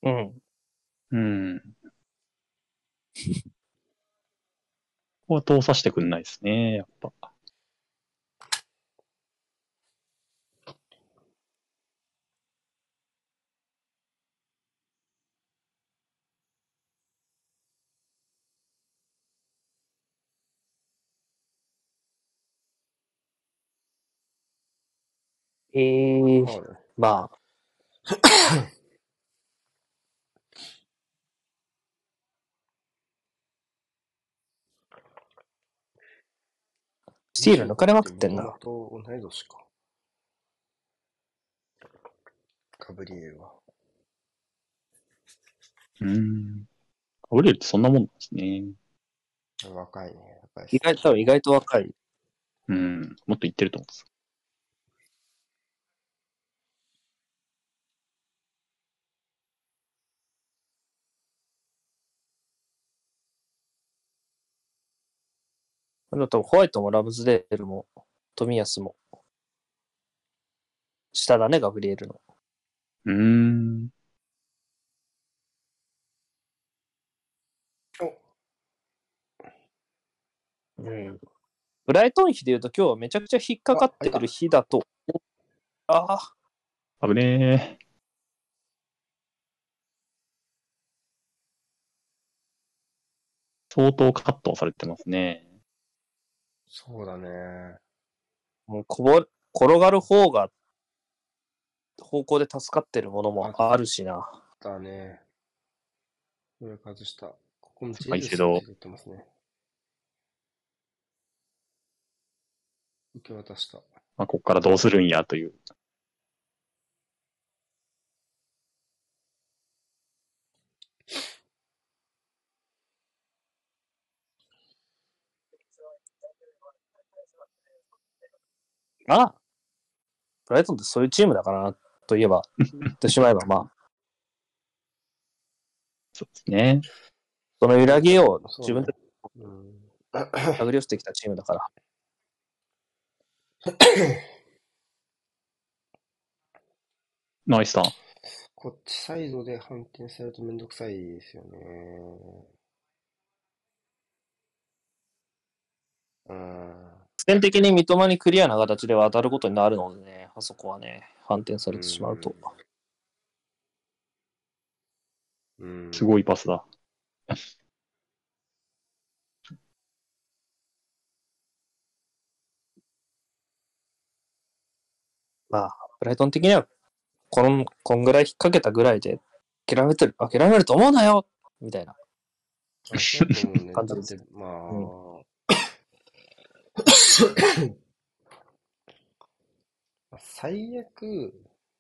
うん。 うん。ここは通させてくんないですね、やっぱ。 ええファウル。 まあ。スティール抜かれまくってんな。 三笘と同い年か。ガブリエルは。 うん。ガブリエルってそんなもんなんですね。 若いね。若いっす意外と、意外と若い。 うん。もっといってると思うんです。 あと、ホワイトもラムズデールも、冨安も。下だね、ガブリエルの。 うーん。 うん。ブライトン比で言うと今日はめちゃくちゃ引っかかってる日だと。ああ。 危ねえ。相当カットされてますね。 そうだね。 もうこぼ、転がる方が、方向で助かってるものもあるしな。 だね。これ外した。ここもジェカイセドズスって言ってますね。受け渡した。 まあ、ここからどうするんやという。 ああ。ブライトンってそういうチームだからな、といえば、言ってしまえば、まあ、 そうですね。 その揺らぎを自分でうん。 手繰り寄せてきたチームだから。 ナイスターン。 こっちサイドで反転されるとめんどくさいですよね。うん。 必然的に三笘にクリアな形では当たることになるのでね、あそこはね、反転されてしまうと。 うん。 すごいパスだ。 まあ、ブライトン的には、こん、こんぐらい引っ掛けたぐらいで、諦めてる、諦めると思うなよみたいなあ、そうだと思うね。 感じです。 だって、まあ、 うん最悪、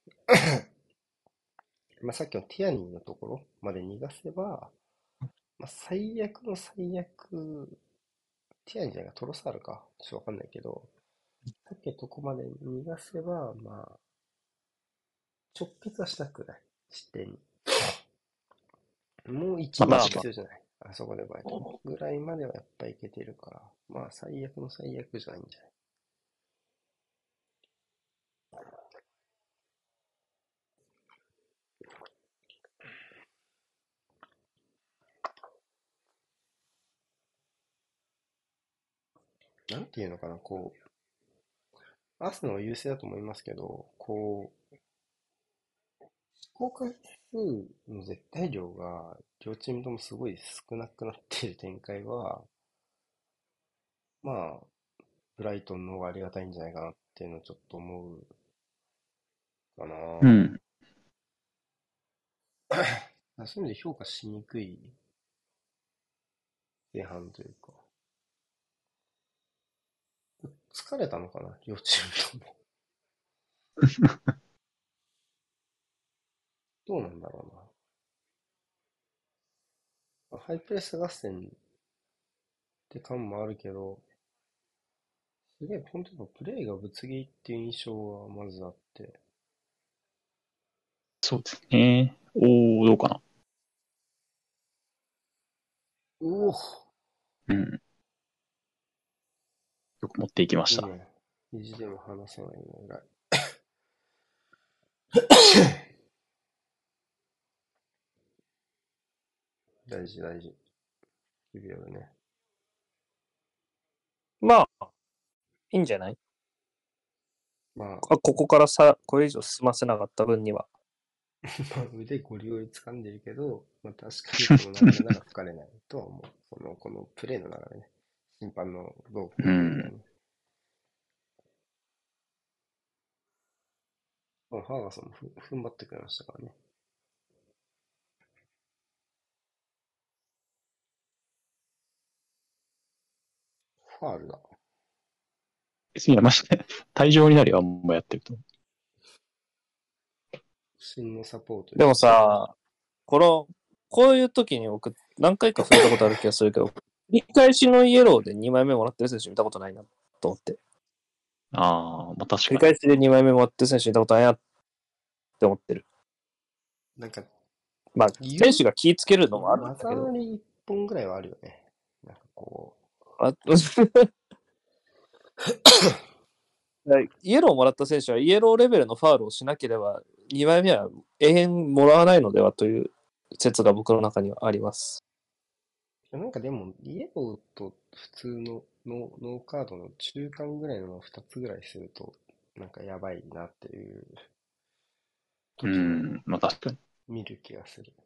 まあ、さっきのティアニーのところまで逃がせば、まあ、最悪の最悪、ティアニーじゃないか、トロサールか。ちょっとわかんないけど、さっきのとこまで逃がせば、まあ、直結はしなくない。失点に。もう一まあ日確か必要じゃない。あそこでバイト。ぐらいまではやっぱいけてるから、まあ最悪の最悪じゃないんじゃない。なんていうのかな、こう、アーセナルは優勢だと思いますけど、こう、試行回数の絶対量が両チームともすごい少なくなっている展開は、まあ、ブライトンの方がありがたいんじゃないかなっていうのをちょっと思うかな。 うん。 そういう意味で評価しにくい前半というか、疲れたのかな、両チームとも。どうなんだろうな。ハイプレス合戦って感もあるけど、すげえ、本当にプレイがぶつ切りっていう印象はまずあって。 そうですね。おー、どうかな。 うおうん。よく持っていきました。 いいね。意地でも離さないのぐらい。 大事大事。指折るね。 まあ、いいんじゃない？ まあ、 あ、ここからさ、これ以上進ませなかった分には。 まあ腕ゴリゴリ掴んでるけど、まあ確かにこの流れなら吹かれないとは思う。その、このプレーの流れね。審判のどうこうというかね。まあ、ハーガーソンもふ踏ん張ってくれましたからね。ファールだ。 別に、まして、退場になるよ、あんまやってると。 真のサポートでもさ、この、こういう時に僕、何回か触れたことある気がするけど、繰り返しのイエローでにまいめもらってる選手見たことないなと思って。 ああ、まあ確かに。 繰り返しでにまいめもらってる選手見たことないなって思ってる。 なんか、 まあ、選手が気ぃつけるのもあるんだけど。 技あり一本ぐらいはあるよね。なんかこあイエローをもらった選手はイエローレベルのファウルをしなければにまいめは永遠もらわないのではという説が僕の中にはあります。 う。なんかでも、イエローと普通のノー、ノーカードの中間ぐらいのふたつぐらいすると、なんかやばいなっていうう時をん、まあ確かに。 見る気がする。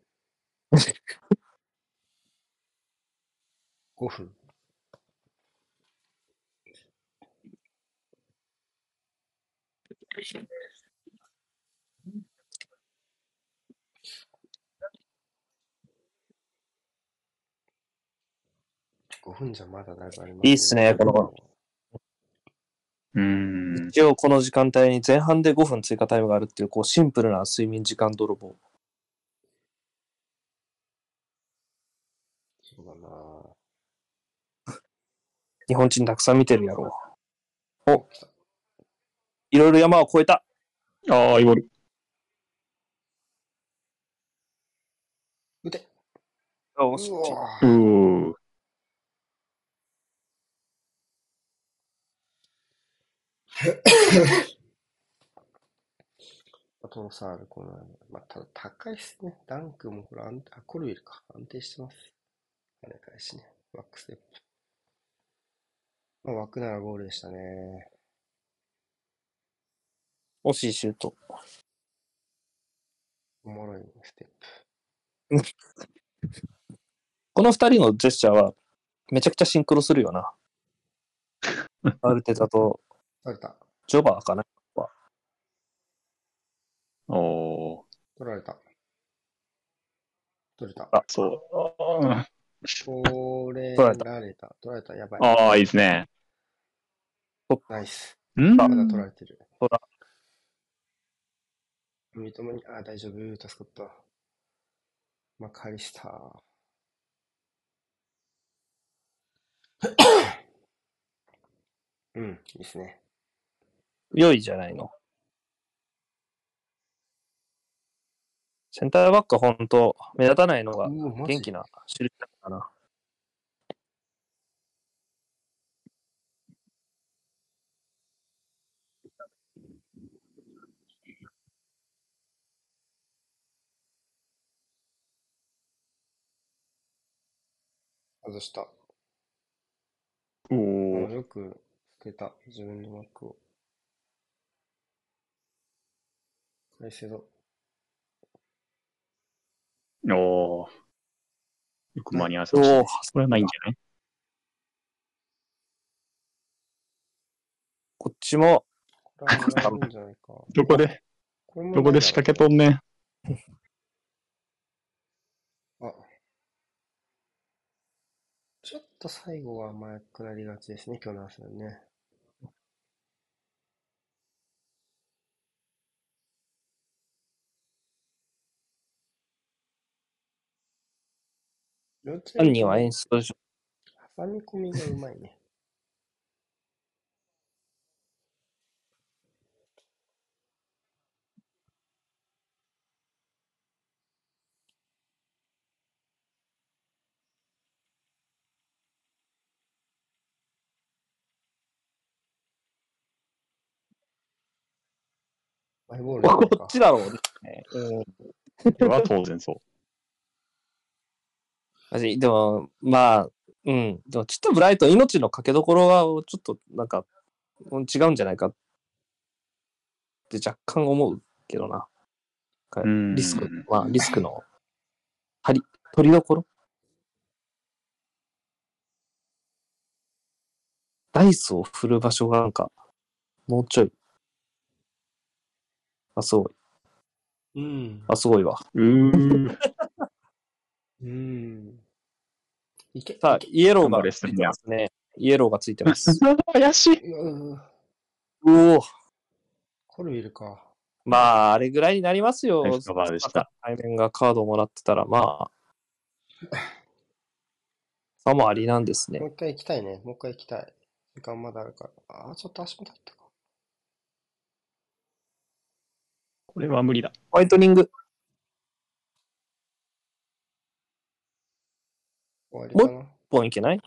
ごふん。ごふんじゃまだだいぶありますね。 いいっすね、この。 うん。 一応この時間帯に前半でごふん追加タイムがあるっていう、こうシンプルな睡眠時間泥棒。 そうだな。 日本人たくさん見てるやろう。お、 来た。 いろいろ山を越えた。 ああ、イボル。 打て。 おうわうぁ。 ー。 あとのサール、この、まあ、ただ高いっすね。ダンクもほら、安あ、コルビルか。安定してます。跳ね返しね。バックステップ。まあ、枠ならゴールでしたね。 惜しいシュート。 おもろいステッこの二人のジェスチャーはめちゃくちゃシンクロするよな。アルテタとプ。取れた。 ジョバーかな。 おー。 取られた。取れた。 あ、 そう。あ取れ取られた。 られた。取られた。やばい。 あー、いいですね。 ナイス。 んまだ取られてる。 ほら、 三笘に、あ、大丈夫。助かった。マカリスター。うん、いいっすね。 良いじゃないの。センターバックは本当目立たないのがうわ、マジ元気な印だかな。 外した。 おもうー。 よく捨てた。自分のマックを。カイセド。 おー。よく間に合わせおお、 ましたね。これはないんじゃない？ こっちも、 これはもらえるんじゃないか。 どこで、 これもどこで仕掛けとんねん。 あ、ちょっと最後は甘くなりがちですね、今日の朝ね。両チームとも犯人は演出でしょ。 挟み込みがうまいね。マイボールじゃないか。 こっちだろうね。うん。 これは当然そう。 私でも、まあ、うん。でも、ちょっとブライトン、命のかけどころは、ちょっと、なんか、違うんじゃないかって若干思うけどな。リスク、まあ、リスクの、張り、取りどころダイスを振る場所がなんか、もうちょい。あ、すごい。 うん。 あ、すごいわ。 うー。 うん。いけ、 さあ、 いけ。 イエローがついてますね。イエローがついてます。 怪しい。 うん。 うおコルビルか。 まあ、あれぐらいになりますよ。 ナイスカバーでした。 対面がカードをもらってたら、まあ、さもありなんですね。 もう一回行きたいね。もう一回行きたい。時間まだあるから。ああ、ちょっと足元入ったか。 これは無理だ。 ホワイトニング。 終わりかな。 もう一本いけない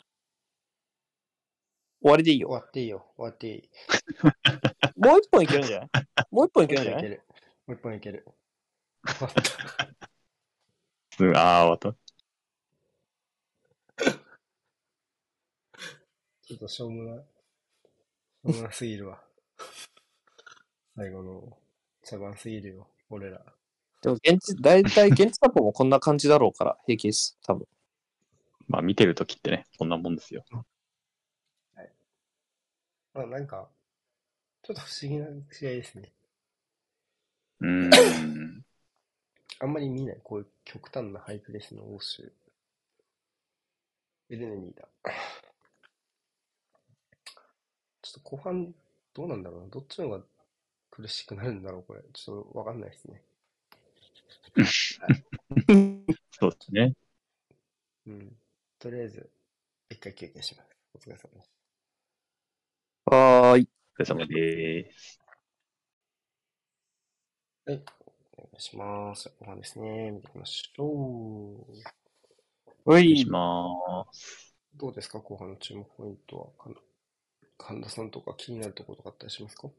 終わりでいいよ。 終わっていいよ。終わっていい。 もう一本いけるんじゃないもう一本いけるんじゃないもう一本いける。もう一本いける。終わった。 うん、ああ、終わった。 ちょっとしょうもな、しょうもなすぎるわ。最後の茶番すぎるよ、俺ら。 でも現地、だいたい現地サポもこんな感じだろうから、平気です。多分。 まあ見てるときってね、そんなもんですよ。 はい。まあなんか、ちょっと不思議な試合ですね。 うーん。 あんまり見ない、こういう極端なハイプレスの欧州。エデネニーだ。ちょっと後半、どうなんだろうな。どっちの方が苦しくなるんだろう、これ。ちょっとわかんないですね。はい。 そうですね。 うん。とりあえず、一回休憩します。お疲れ様です。 はーい。 お疲れ様です。 はい。お願いします。後半ですね。見ていきましょう。 おい。 お願いします。 どうですか、後半の注目ポイントは。かん神田さんとか気になるところとかあったりしますか？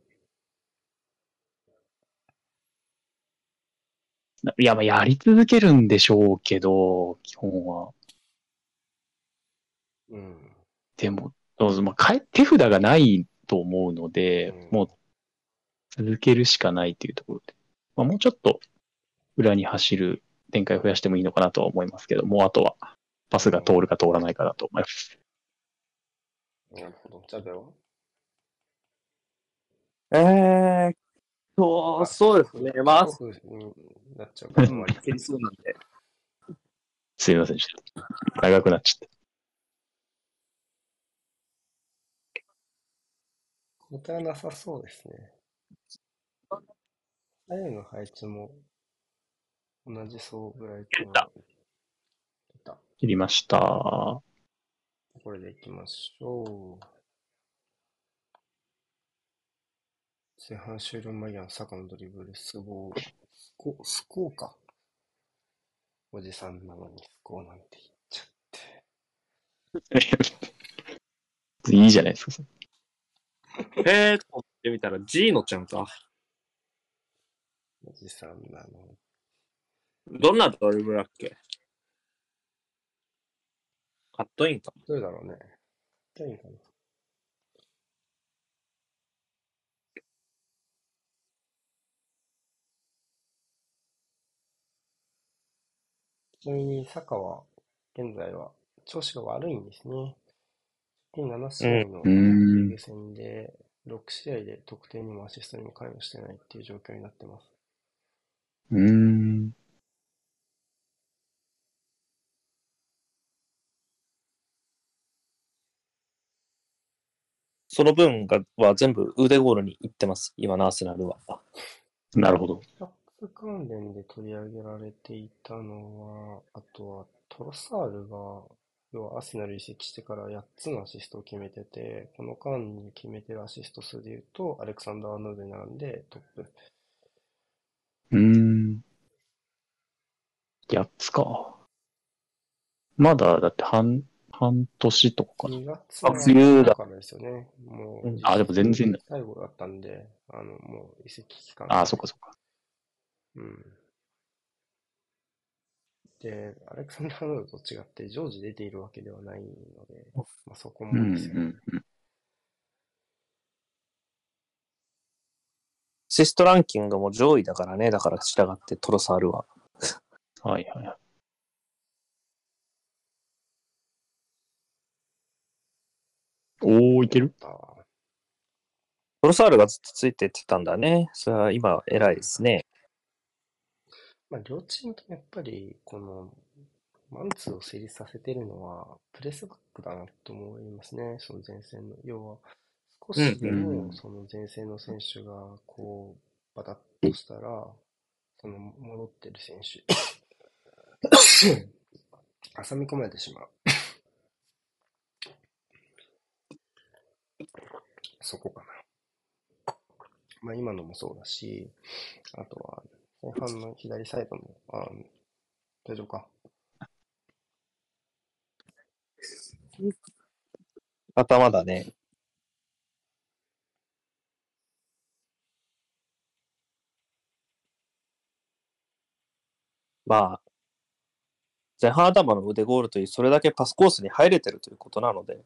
いや、まあやり続けるんでしょうけど、基本は。 うん。 でも、どうぞまあ、かえ手札がないと思うので、 うん。 もう続けるしかないっていうところで。まあ、もうちょっと裏に走る展開を増やしてもいいのかなとは思いますけど、もうあとはパスが通るか通らないかだと思います。 なるほど。じゃあでは。 えーっと、そうですね。まあ、 キックオフになっちゃうから終わり。 いけりそうなんで。 すいませんでした。長くなっちゃった。 交代はなさそうですね。左右の配置も同じそうぐらいかな。出た。 切りました。 これでいきましょう。前半終了間際の坂のドリブル、スゴー、スコ、スコーか。おじさんなのにスコーなんて言っちゃって。 いいじゃないですか。 えーっと、ってみたら、ジーノちゃんか。 おじさんなのに。 どんなドリブルだっけカットインか。 どれだろうね。どれかな。ちなみに、坂は、現在は、調子が悪いんですね。なな試合のうん。 リーグ戦で、ろく試合で得点にもアシストにも関与してないっていう状況になってます。 うーん。 その分がは全部腕ゴールに行ってます。今のアーセナルは。 なるほど。 ラップ関連で取り上げられていたのは、あとはトロサールが、要はアーセナル移籍してからやっつのアシストを決めてて、この間に決めてるアシスト数で言うと、アレクサンダー・アーノルドに並んでトップ。 うーん。やっつか。まだ、だって半、半年とかかな。 にがつあの冬だ頭からですよね。もう、 うんあ、でも全然だ。 最後だったんで、あの、もう移籍期間あ、 が。 そっかそっか。 うん。 で、アレクサンダー・アーノルドと違って常時出ているわけではないので、まあ、そこうん、うもですよね。 ん、うん。 アシストランキングも上位だからね。だから従ってトロサールは。 はいはいはい。おー、いける？ あートロサールがずっとついてってたんだね。それは今偉いですね。 まあ、両チームともやっぱり、この、マンツーを成立させているのは、プレスバックだなと思いますね。その前線の。要は、少しでうも、 ん。 その前線の選手が、こう、バタッとしたら、その戻ってる選手、挟み込まれてしまう。そこかな。まあ今のもそうだし、あとは前半の左サイドの、あ、大丈夫か。 頭だね。まあ、前半頭の腕ゴールといい、それだけパスコースに入れてるということなので、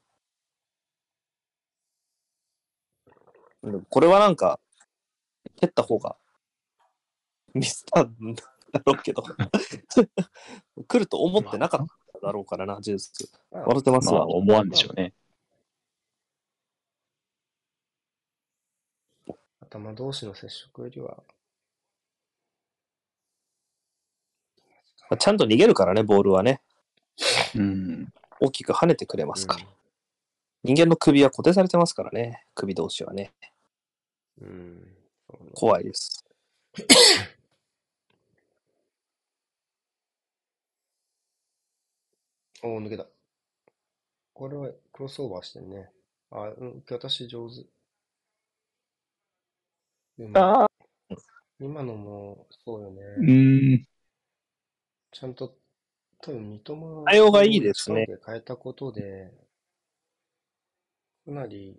うんこれはなんか、蹴った方がミスったんだろうけど、来ると思ってなかっただろうからな、ジュース。 まあ、 笑ってますまあ、 わ。 思わんでしょうね。 頭同士の接触よりは、 ちゃんと逃げるからね、ボールはね。 うん。 大きく跳ねてくれまうんすから。人間の首は固定されてますからね、首同士はね。 うん、そうね。 怖いです。 おお、抜けた。これはクロスオーバーしてんね。あ、うん、受け渡し上手。でも、 ああ、 今のもそうよね。 うーん。 ちゃんと、多分三笘対応がいいを位置ですね。 関係変えたことで、かなり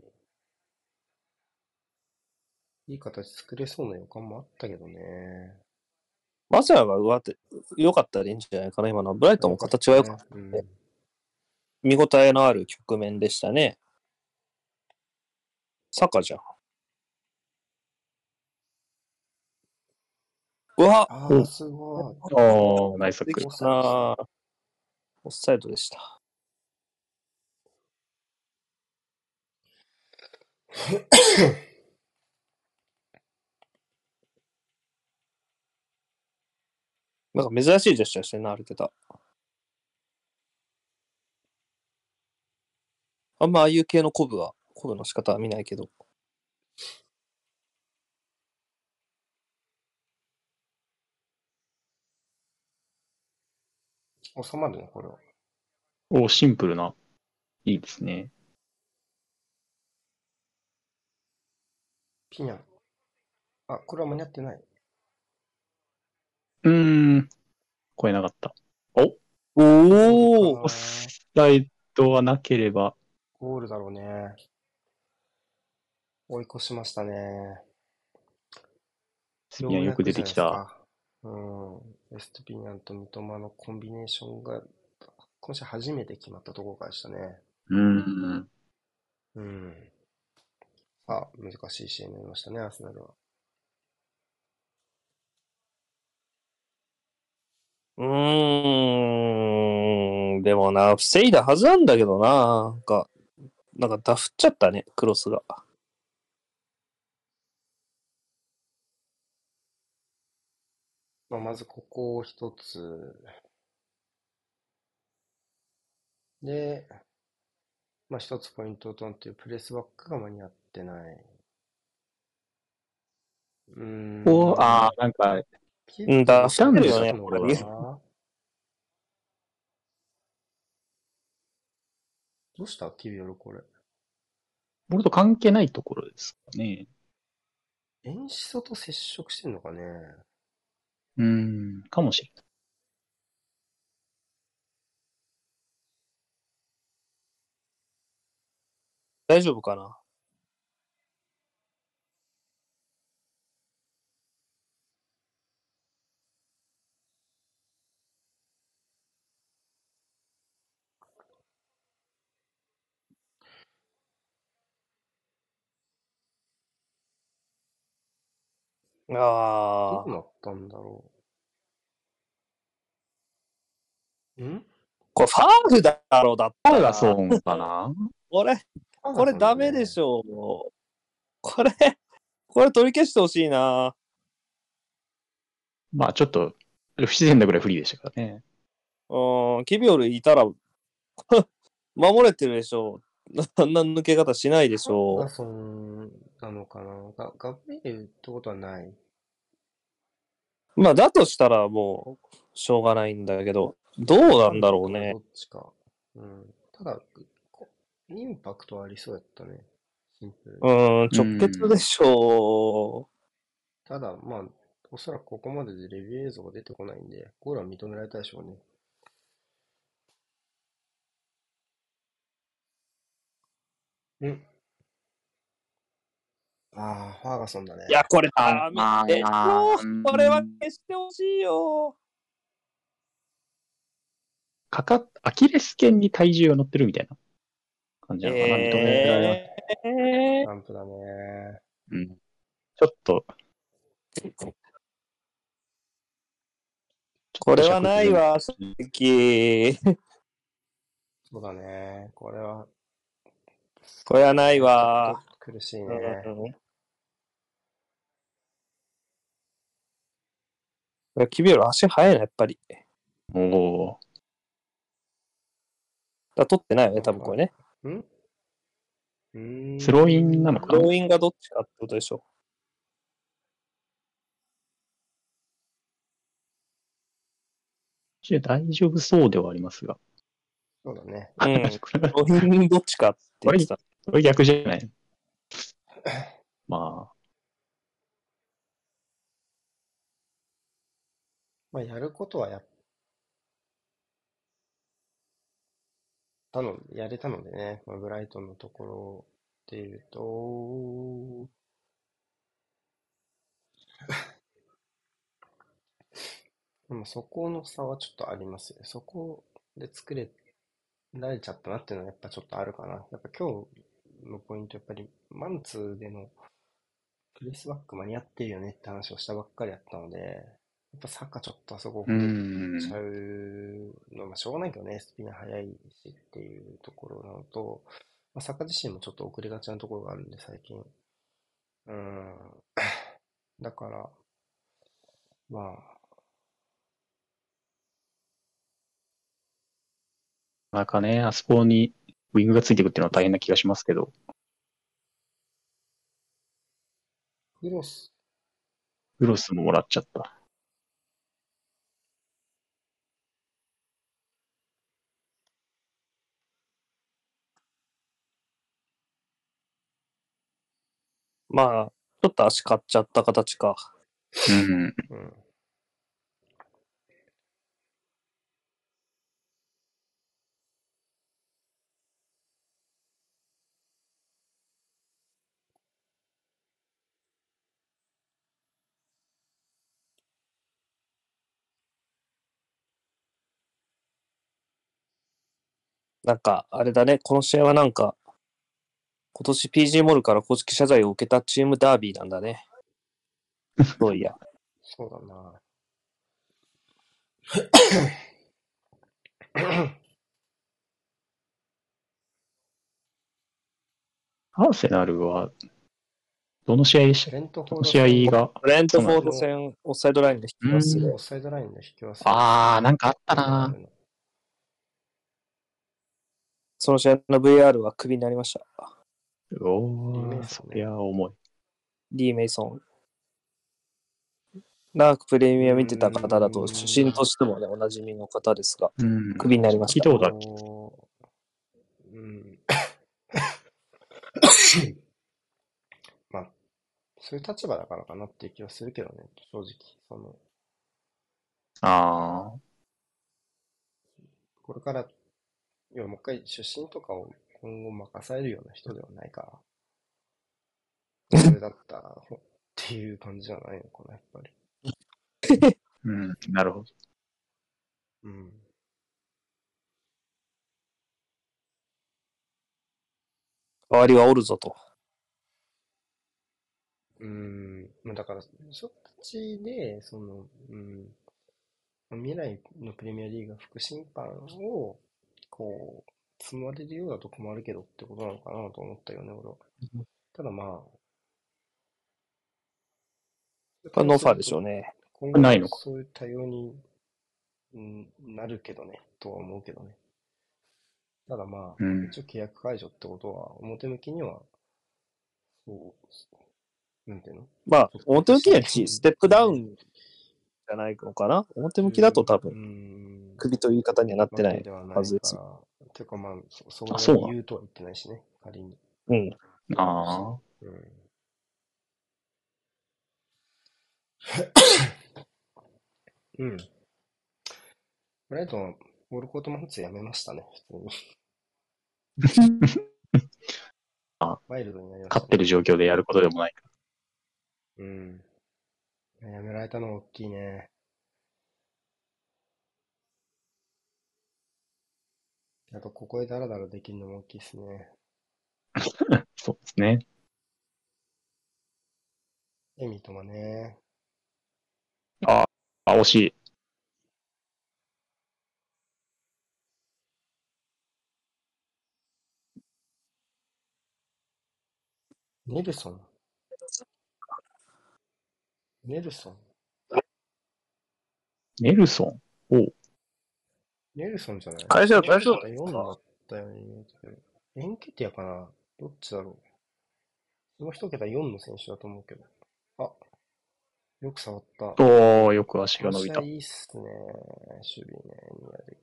いい形作れそうな予感もあったけどね。 マサヤが上手、良かったらいいんじゃないかな、今の。ブライトンも形は良かった。 ね。うん。 見応えのある局面でしたね。サカじゃん。うわああ、すごい。 おー、ナイスサックル。 できたなぁオフサイドでした。なんか珍しいジェスチャーしてんな、歩けた。あんまああいう系の鼓舞は、鼓舞の仕方は見ないけど。 収まるね、これは。 おー、シンプルな。いいですね。 ピニャン。あ、これは間に合ってない。 うーん。超えなかった。おおーゴールかなオフサイドはなければ。 ゴールだろうね。追い越しましたね。 スピアンよく出てきた。 か。うん。エストピニャンと三笘のコンビネーションが、今週初めて決まったところからでしたね。 うーん。 うん。さあ、難しい試合になりましたね、アーセナルは。 うーん、でもな、防いだはずなんだけどな。なんか、なんかダフっちゃったね、クロスが。 まあ、まずここを一つ。で、まあ一つポイントとなっているプレスバックが間に合ってない。うーおー、あん。 ー、なんか、 キうん、 ビオルダフってるよね、やどうしたのっぱり。 かどうしたキビオルこれ。 ボールと関係ないところですかね。 エンシソと接触してんのかね。 うーん、かもしれない。 大丈夫かな。 どああ。 うなったんだろう。んこれファールだろうだっファーたら。 ガソンかなこれ、これダメでしょ。 ょう。これ、これ取り消してほしいな。 まあちょっと不自然なぐらい不利でしたからね。 うん、キビオルいたら守れてるでしょう。あんな抜け方しないでしファーガょソンなのかなガガブリエルってことはない。 う。まあ、だとしたらもう、しょうがないんだけど、どうなんだろうねど。っちか。うん。ただ、こインパクトはありそうやったね。シンプルに。 うん、直結でしょただ、まあ、おそらくここまででレビュー映像が出てこないんで、ゴールは認められたでしょうね。うんああ、ファーガソンだね。 う。いや、これあダメでしょう。これは消してほしいよ。 かかっ、アキレス腱に体重が乗ってるみたいな感じなのかな、認められます。 ええー。 ランプだね。 うん。ちょっと、 これはないわ、正直。 そうだね。これは、 これはないちょっわ。 と苦しいね。 うん。これキビオル足速いな、やっぱり。 おお。 だ取ってないよね、多分これね。 んうんスローインなのかな。 スローインがどっちかってことでしょ。 大丈夫そうではありますが。 そうだね。 うん。スローインどっちかって言ってた。 これ逆じゃない。まあ。 まあ、やることはやったの、やれたのでね、まあ、ブライトンのところっていうと、でもそこの差はちょっとありますよね。そこで作れられちゃったなっていうのはやっぱちょっとあるかな。やっぱ今日のポイント、やっぱりマンツーでのプレスバック間に合ってるよねって話をしたばっかりやったので、やっぱサッカーちょっとあそこ遅れちゃうのは、まあしょうがないけどね、スピン速いしっていうところなのと、まあ、サッカー自身もちょっと遅れがちなところがあるんで、最近。うん。だから、まあ、 なんかね、あそこにウィングがついてくっていうのは大変な気がしますけど。 クロス、 クロスももらっちゃった。 まあ、ちょっと足買っちゃった形か。 うん。 うん。 なんか、あれだね、この試合はなんか、今年 ピージー モールから公式謝罪を受けたチームダービーなんだね。そういや。 そうだな。 アーセナルは、どの試合でしたレントフォどのード戦試合が。 ブレントフォードそうな戦、オフサイドラインで引きますうんオフサイドラインの引き忘れ。 あー、なんかあったな。 ブイアールのその試合の ブイアール はクビになりました。 おリメイー、そソンねりゃ重い。 リー・メイソン。長くプレミア見てた方だと、 うーん出身としてもね、おなじみの方ですが、 うん。 クビになりました聞いた。ことある。 こううん。まあ、そういう立場だからかなっていう気はするけどね、正直。その、 あー。 これから、要はもう一回出身とかを今後任されるような人ではないから、それだったら、っていう感じじゃないのかな、やっぱり。 うん、なるほど。 うん。 代わりはおるぞと。 うーん。 まあだから、そっちで、その、うん、未来のプレミアリーグが副審判を、こう、積まれるようなとこもあるけどってことなのかなと思ったよね、俺は。ただまあ、 これノーファーでそうすると、 しょうね。 今後ないのか。 そういう多様に、うん、なるけどね、とは思うけどね。ただまあ、 うん。 一応契約解除ってことは、表向きには、そう、なんていうのまあ、 続行表向きにはしなきゃいちステップダウけないンじゃないのかな。表向きだとう多分、 ーん、 首という言い方にはなってないわけではなはずですよ。 いから、てかまあ、そ、そあ、 れがそうな理由とは言ってないしね、仮に。 うん。 の。ああ。 うん。うん。ブライトン、オールコートマンツーやめましたね、普通に。ワイルドになりましたね。 勝ってる状況でやることでもないかうん。やめられたのは大きいね。あと、ここでダラダラできるのも大きいですね。 ら。そうですね。 エミともね。 ああ、惜しい。 ネルソン。ネルソン。 ネルソン。おう。 ネルソンじゃない会社は大丈夫その人よんだったように見えたけど。エンケティアかなどっちだろうその一桁よんの選手だと思うけど。あ、よく触った。 おー、よく足この試合が伸びた。 いいっすね。守備ね、ニアで。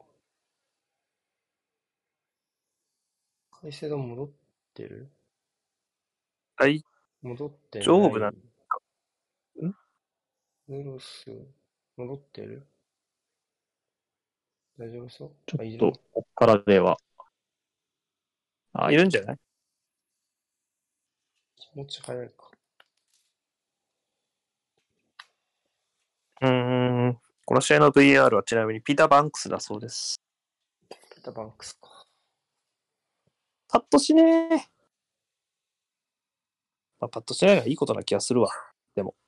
カイセド戻ってる大戻ってない。 丈夫なんヌロス、戻ってる大丈夫そうあ、いるちょっと、こっからでは。あ、 いるんじゃない？ 気持ち早いか。 うーん。この試合の ブイエーアール はちなみにピーター・バンクスだそうです。 ピーターバンクスか。 パッとしねー。まあ、パッとしないがいいことな気がするわ。でも。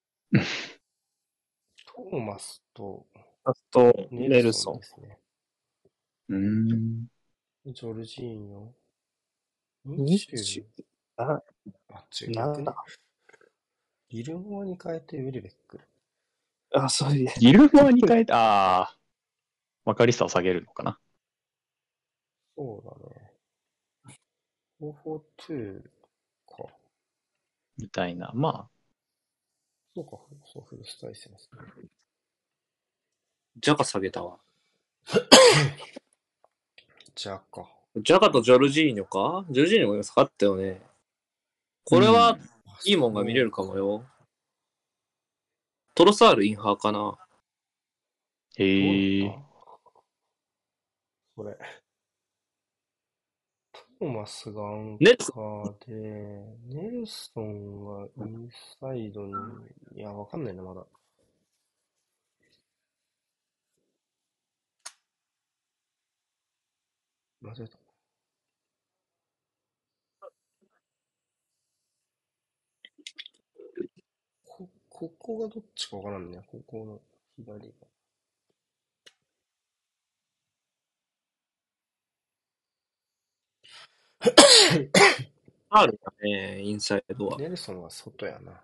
トーマスとあと、 ネルソネルソン。 ンですね。 うーん。 ジョルジーニョ。 ににじゅう。 あ、 あ、違う、逆ね。 な、 ギルモアに変えてウェルベック。 あ、そういう。 ギルモアに変えて、ああ、マカリスタを下げるのかな。 そうだね。フォーフォーツーか。 みたいな。まそうか、そう、フルス対戦ですね。 ジャカ下げたわ。 じゃあか。 ジャカとジョルジーニョかジョルジーニョも今下がったよね。これうはん、 いいもんが見れるかもよ。トロサールインハーかな。 あ、へえ。 どうだったこれ。トーマスがアンネカーで、ネルソンがインサイドに、いや、わかんないな、まだ。間違えた。こ、ここがどっちかわからんね。ここの左が。 あるかね、インサイドは。 ネルソンは外やな。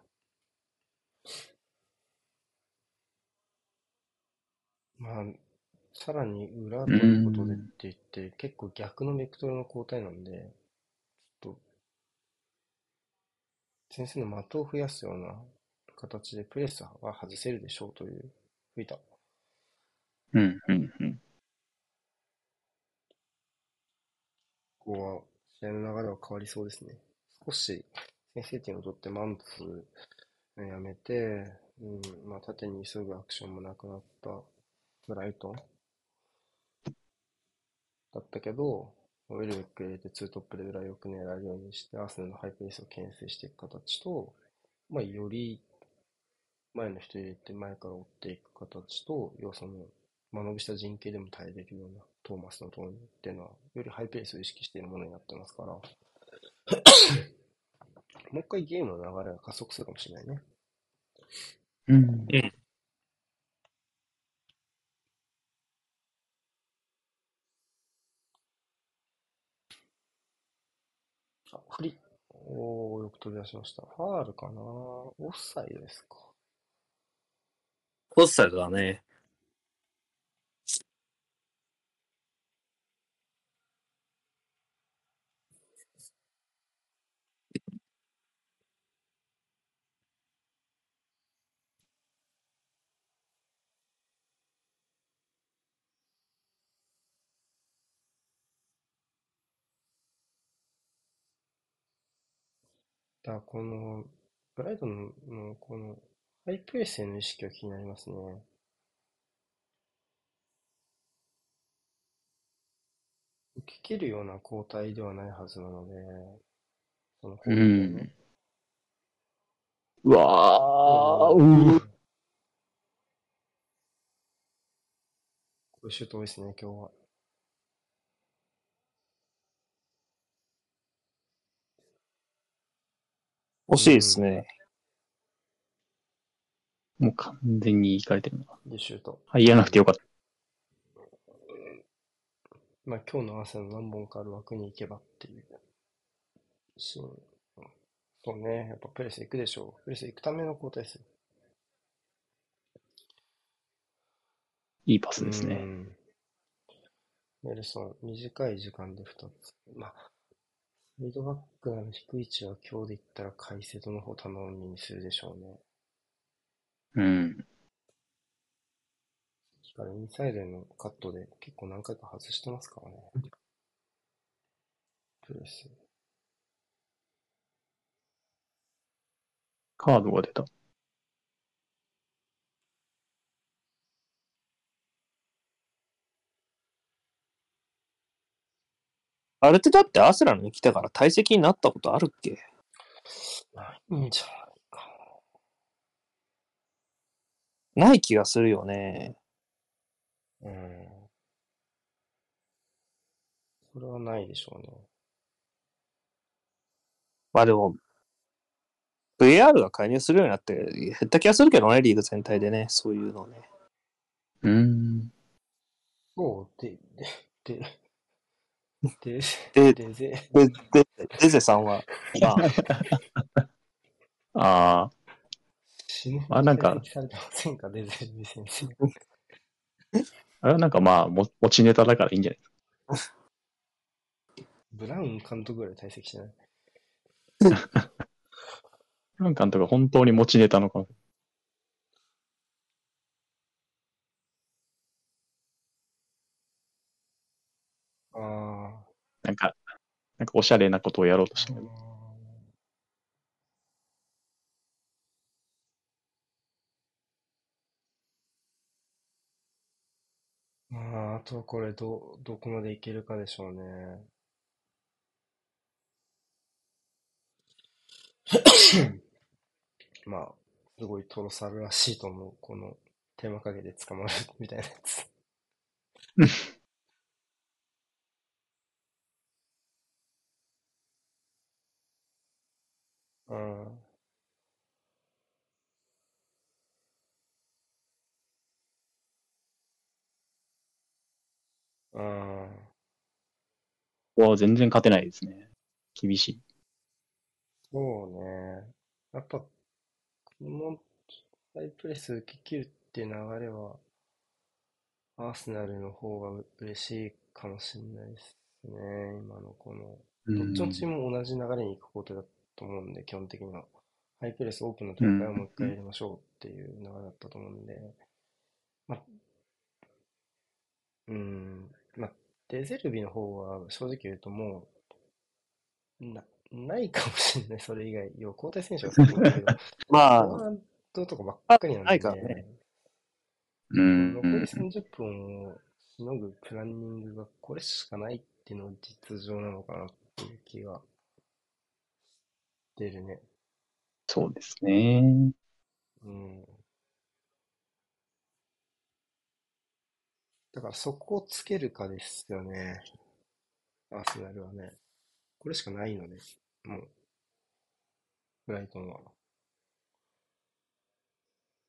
まあ、さらに裏うー取ることでってん。 言って、結構逆のベクトルの交代なんで、ちょっと、先生の的を増やすような形でプレスは外せるでしょうという、吹いた。 うん、うん、うん。 ここは、試合の流れは変わりそうですね。少し、先制点を取ってマンツーやめて、うん、まあ縦に急ぐアクションもなくなったブライトンだったけど、ウェルベック入れてツートップで裏よく狙えるようにして、アーセナルのハイペースを牽制していく形と、まあより前の人入れて前から追っていく形と、要はその、間延びした陣形でも対応できるようなトーマスの投入っていうのは、よりハイペースを意識しているものになってますから、もう一回ゲームの流れが加速するかもしれないね。 うん。 うん。 あ、フリー。おー、よく飛び出しました。ファールかな、オフサイドですか。 オフサイドだね。 だからこの、ブライトンのこの、ハイプレスへの意識が気になりますね。受け切るような交代ではないはずなので、そのう攻撃はね。 ん。うわー、 おー、 うー。 これシュート多いですね、今日は。 惜しいですうん。 ね。 もう完全に行かれてるな。 で、シュート。 入らなくてよかった。 まあ今日の朝の何本かある枠に行けばっていうシーン。そうね、やっぱプレス行くでしょう。プレス行くための交代ですよ。 いいパスうですね。 ん。ネルソン、短い時間でふたつ。まあ、サイドバックの低い位置は今日で言ったらカイセドの方頼みにするでしょうね。 うん。 からインサイドへのカットで結構何回か外してますからね。プレス。 カードが出た。 あれってだってアスラに来てから退席になったことあるっけ？ ないんじゃないか。 ない気がするよね。 うん。それはないでしょうね。 まあでも、ブイアール が介入するようになって減った気がするけどね、リーグ全体でね、そういうのね。 うーん。 そう、で、で、で、 で、 で、で、ぜ、 で、で、デゼさんは、まあ、 ああ、 死ぬほまあなんか、 ど解析されてませんか、デゼルビ先生。 あれはなんかまあ、も持ちネタだからいいんじゃないですか。 ブラウン監督ぐらい退席してない。 ブラウン監督が本当に持ちネタのかも。 ああ。 なんか、なんかおしゃれなことをやろうとしてる。 まあ、あとはこれど、どこまでいけるかでしょうね。まあ、すごいトロサルらしいと思う。この手間かけて捕まるみたいなやつ。うん。うん。 ここは全然勝てないですね。厳しい。 そうね。やっぱ、このハイプレス受け切るっていう流れは、アーセナルの方が嬉しいかもしれないですね。今のこの、 うどっちのチーん。 ムも同じ流れに行くことだと思うんで、基本的には。ハイプレスオープンのうん。 展開をもう一回やりましょうっていう流れだったと思うんで、まあ、うん、まあ、デゼルビの方は正直言うともう、な、ないかもしれない、それ以外。要は交代選手がさっきも言ったけど、 まあ、 フォワードとかばっあかりなんないからね。 で、 うこの残りん。 さんじゅっぷんをしのぐプランニングがこれしかないっていうのが実情なのかなっていう気が出るね。 そうですね。 うん。だからそこをつけるかですよね。アーセナルはね。これしかないので、もう、ブライトンは。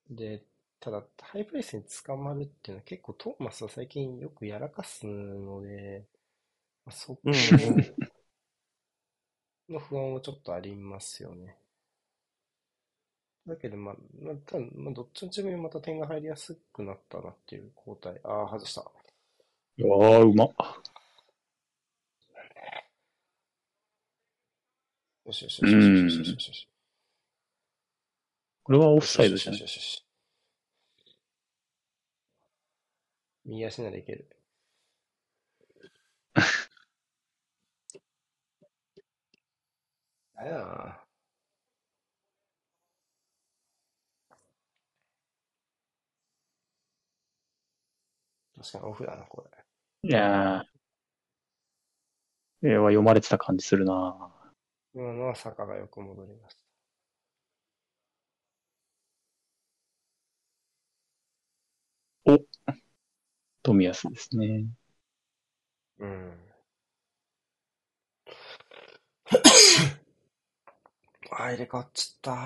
で、ただ、ハイプレスに捕まるっていうのは結構トーマスは最近よくやらかすので、まあそこうん。 の不安はちょっとありますよね。だけど、まあ、まあ、ただまあ、どっちのチームにもまた点が入りやすくなったなっていう交代。ああ、外した。 ああ、うまっ。 よしよしうよしよしよしよしよしん。 よしよし。 これはオフよしよしよサイドじゃない？ しよしよし。右足ならいける。あれだな。確かにオフだな、これ。 いやー、これは読まれてた感じするな。 今のは坂がよく戻りましお、冨安ですね。 た。うん。あ、入れ替わっちゃった。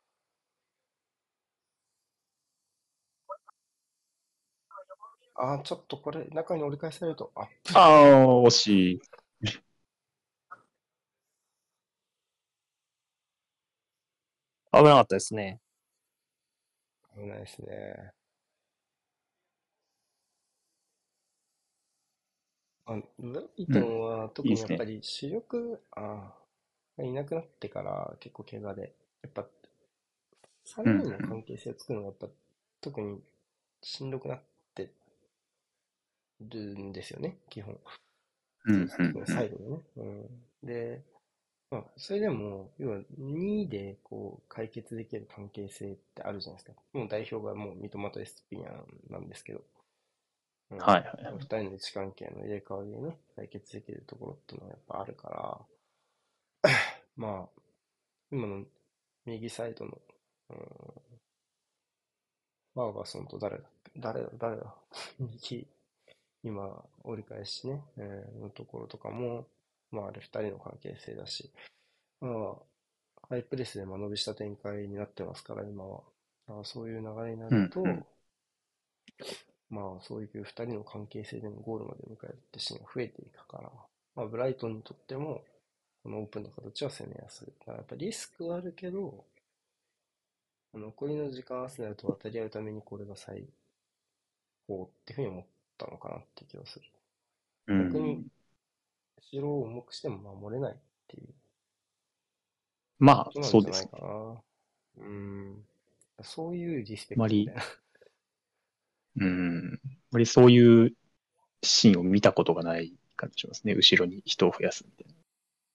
あ、ちょっとこれ、中に折り返されると、あ、 ああ、惜しい。 危なかったですね。 危ないですね。あ、ブライトンは特いいですね。 にやっぱり主力、あがいなくなってから結構怪我で、やっぱうさんにんの関ん。 係性を作るのがやっぱ特にしんどくなってるんですよね、基本。 うん、うん、 特にうん。 サイドでね。うん。で、まあ、それでも、要はにでこう解決できる関係性ってあるじゃないですか。もう代表がもう三笘とエスピニャンなんですけど、うん。 はいはいはい。 ふたりの位置関係の入れ替わりでね、解決できるところっていうのはやっぱあるから、まあ、今の右サイドの、うん、バーガソンと誰だ誰だ誰だ右、今、折り返しね、えーのところとかも、まあ、あれふたりの関係性だし、まあ、ハイプレスで間延びした展開になってますから、今は。だからそういう流れになうん、うん。 ると、まあ、そういうふたりの関係性でのゴールまで迎えるってシーンが増えていくから、まあ、ブライトンにとっても、このオープンな形は攻めやすい。だからやっぱリスクはあるけど、残りの時間アーセナルと渡り合うためにこれが最高っていうふうに思ったのかなっていう気がする。 う逆に、 ん。 後ろを重くしても守れないっていうまあ、 ことなんじゃないかそうですね。 な。うん。そういうリスペあまり、 クトみたいな。 うん。あまりそういうシーンを見たことがない感じしますね。後ろに人を増やすみたいな。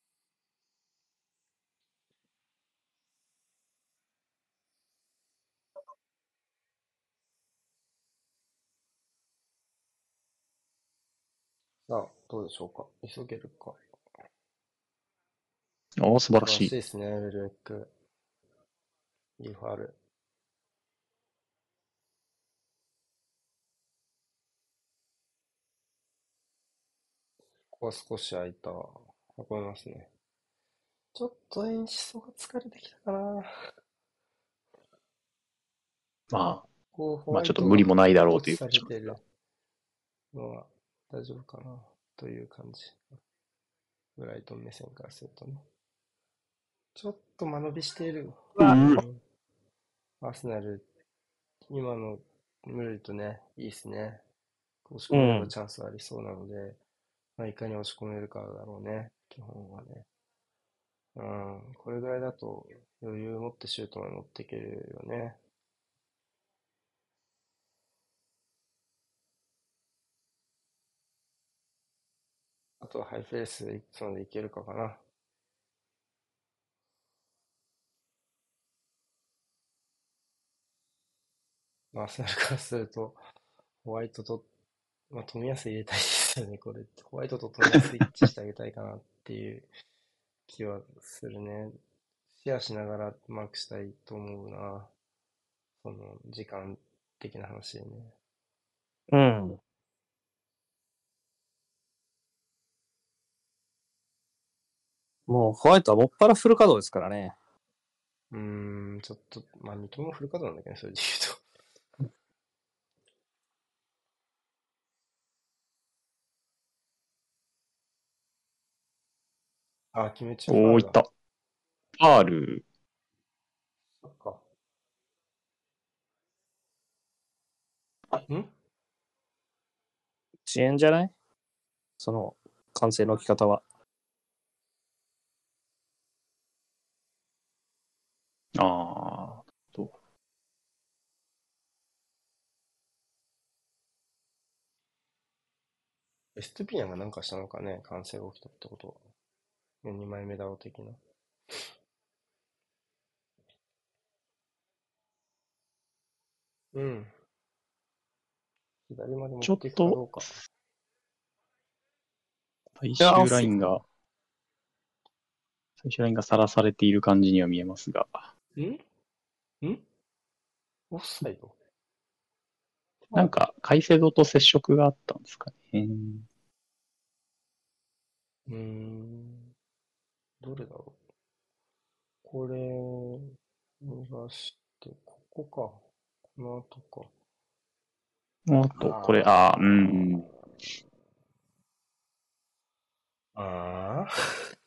さあ、どうでしょうか。急げるか。 ああ、素晴素晴らしいらしい。 ですね、ウェルベック。いいファール。ここは少し空いた。運べますね。ちょっと演出が疲れてきたかな。 まあ、 こう、ホまあワイトがちょっと無理もないだろうという気放置さがしますが。 れてるのは大丈夫かなという感じ。ブライトン目線からするとね。ちょっと間延びしている。 うーうん。アーセナル、今の見るとね、いいですね。押し込めればうん。 チャンスはありそうなので、まあ、いかに押し込めるかだろうね。基本はね。うん。これぐらいだと余裕を持ってシュートまで持っていけるよね。あとはハイペースでいつまでいけるかかな。まあ、アーセナルからすると、ホワイトと、まあ、冨安入れたいですよね、これ。ホワイトと冨安スイッチしてあげたいかなっていう気はするね。シェアしながらマークしたいと思うな。その、時間的な話でね。 うん。もうホワイトはもっぱらフル稼働ですからね。 うーん、ちょっと、まあ、三笘もフル稼働なんだけどね、それで言うと。あ、キムチはファーおー、 ルだ。 いった。ファール。 そっか。ん遅延じゃない？その、完成の置き方は。 ああ、と。 エストゥピニャンがなんかしたのかね、完成が起きたってことは。にまいめだろ的な。うん。左まで持ちょっっていくかどと、 うか。 最いや終ラインが、最終ラインがさらされている感じには見えますが。 んんオフサイドなんか、カイセドと接触があったんですかね。 うーん。どれだろう。これ、逃がして、ここか。この後か。 おっと、これ、ああ、うん。 ああ。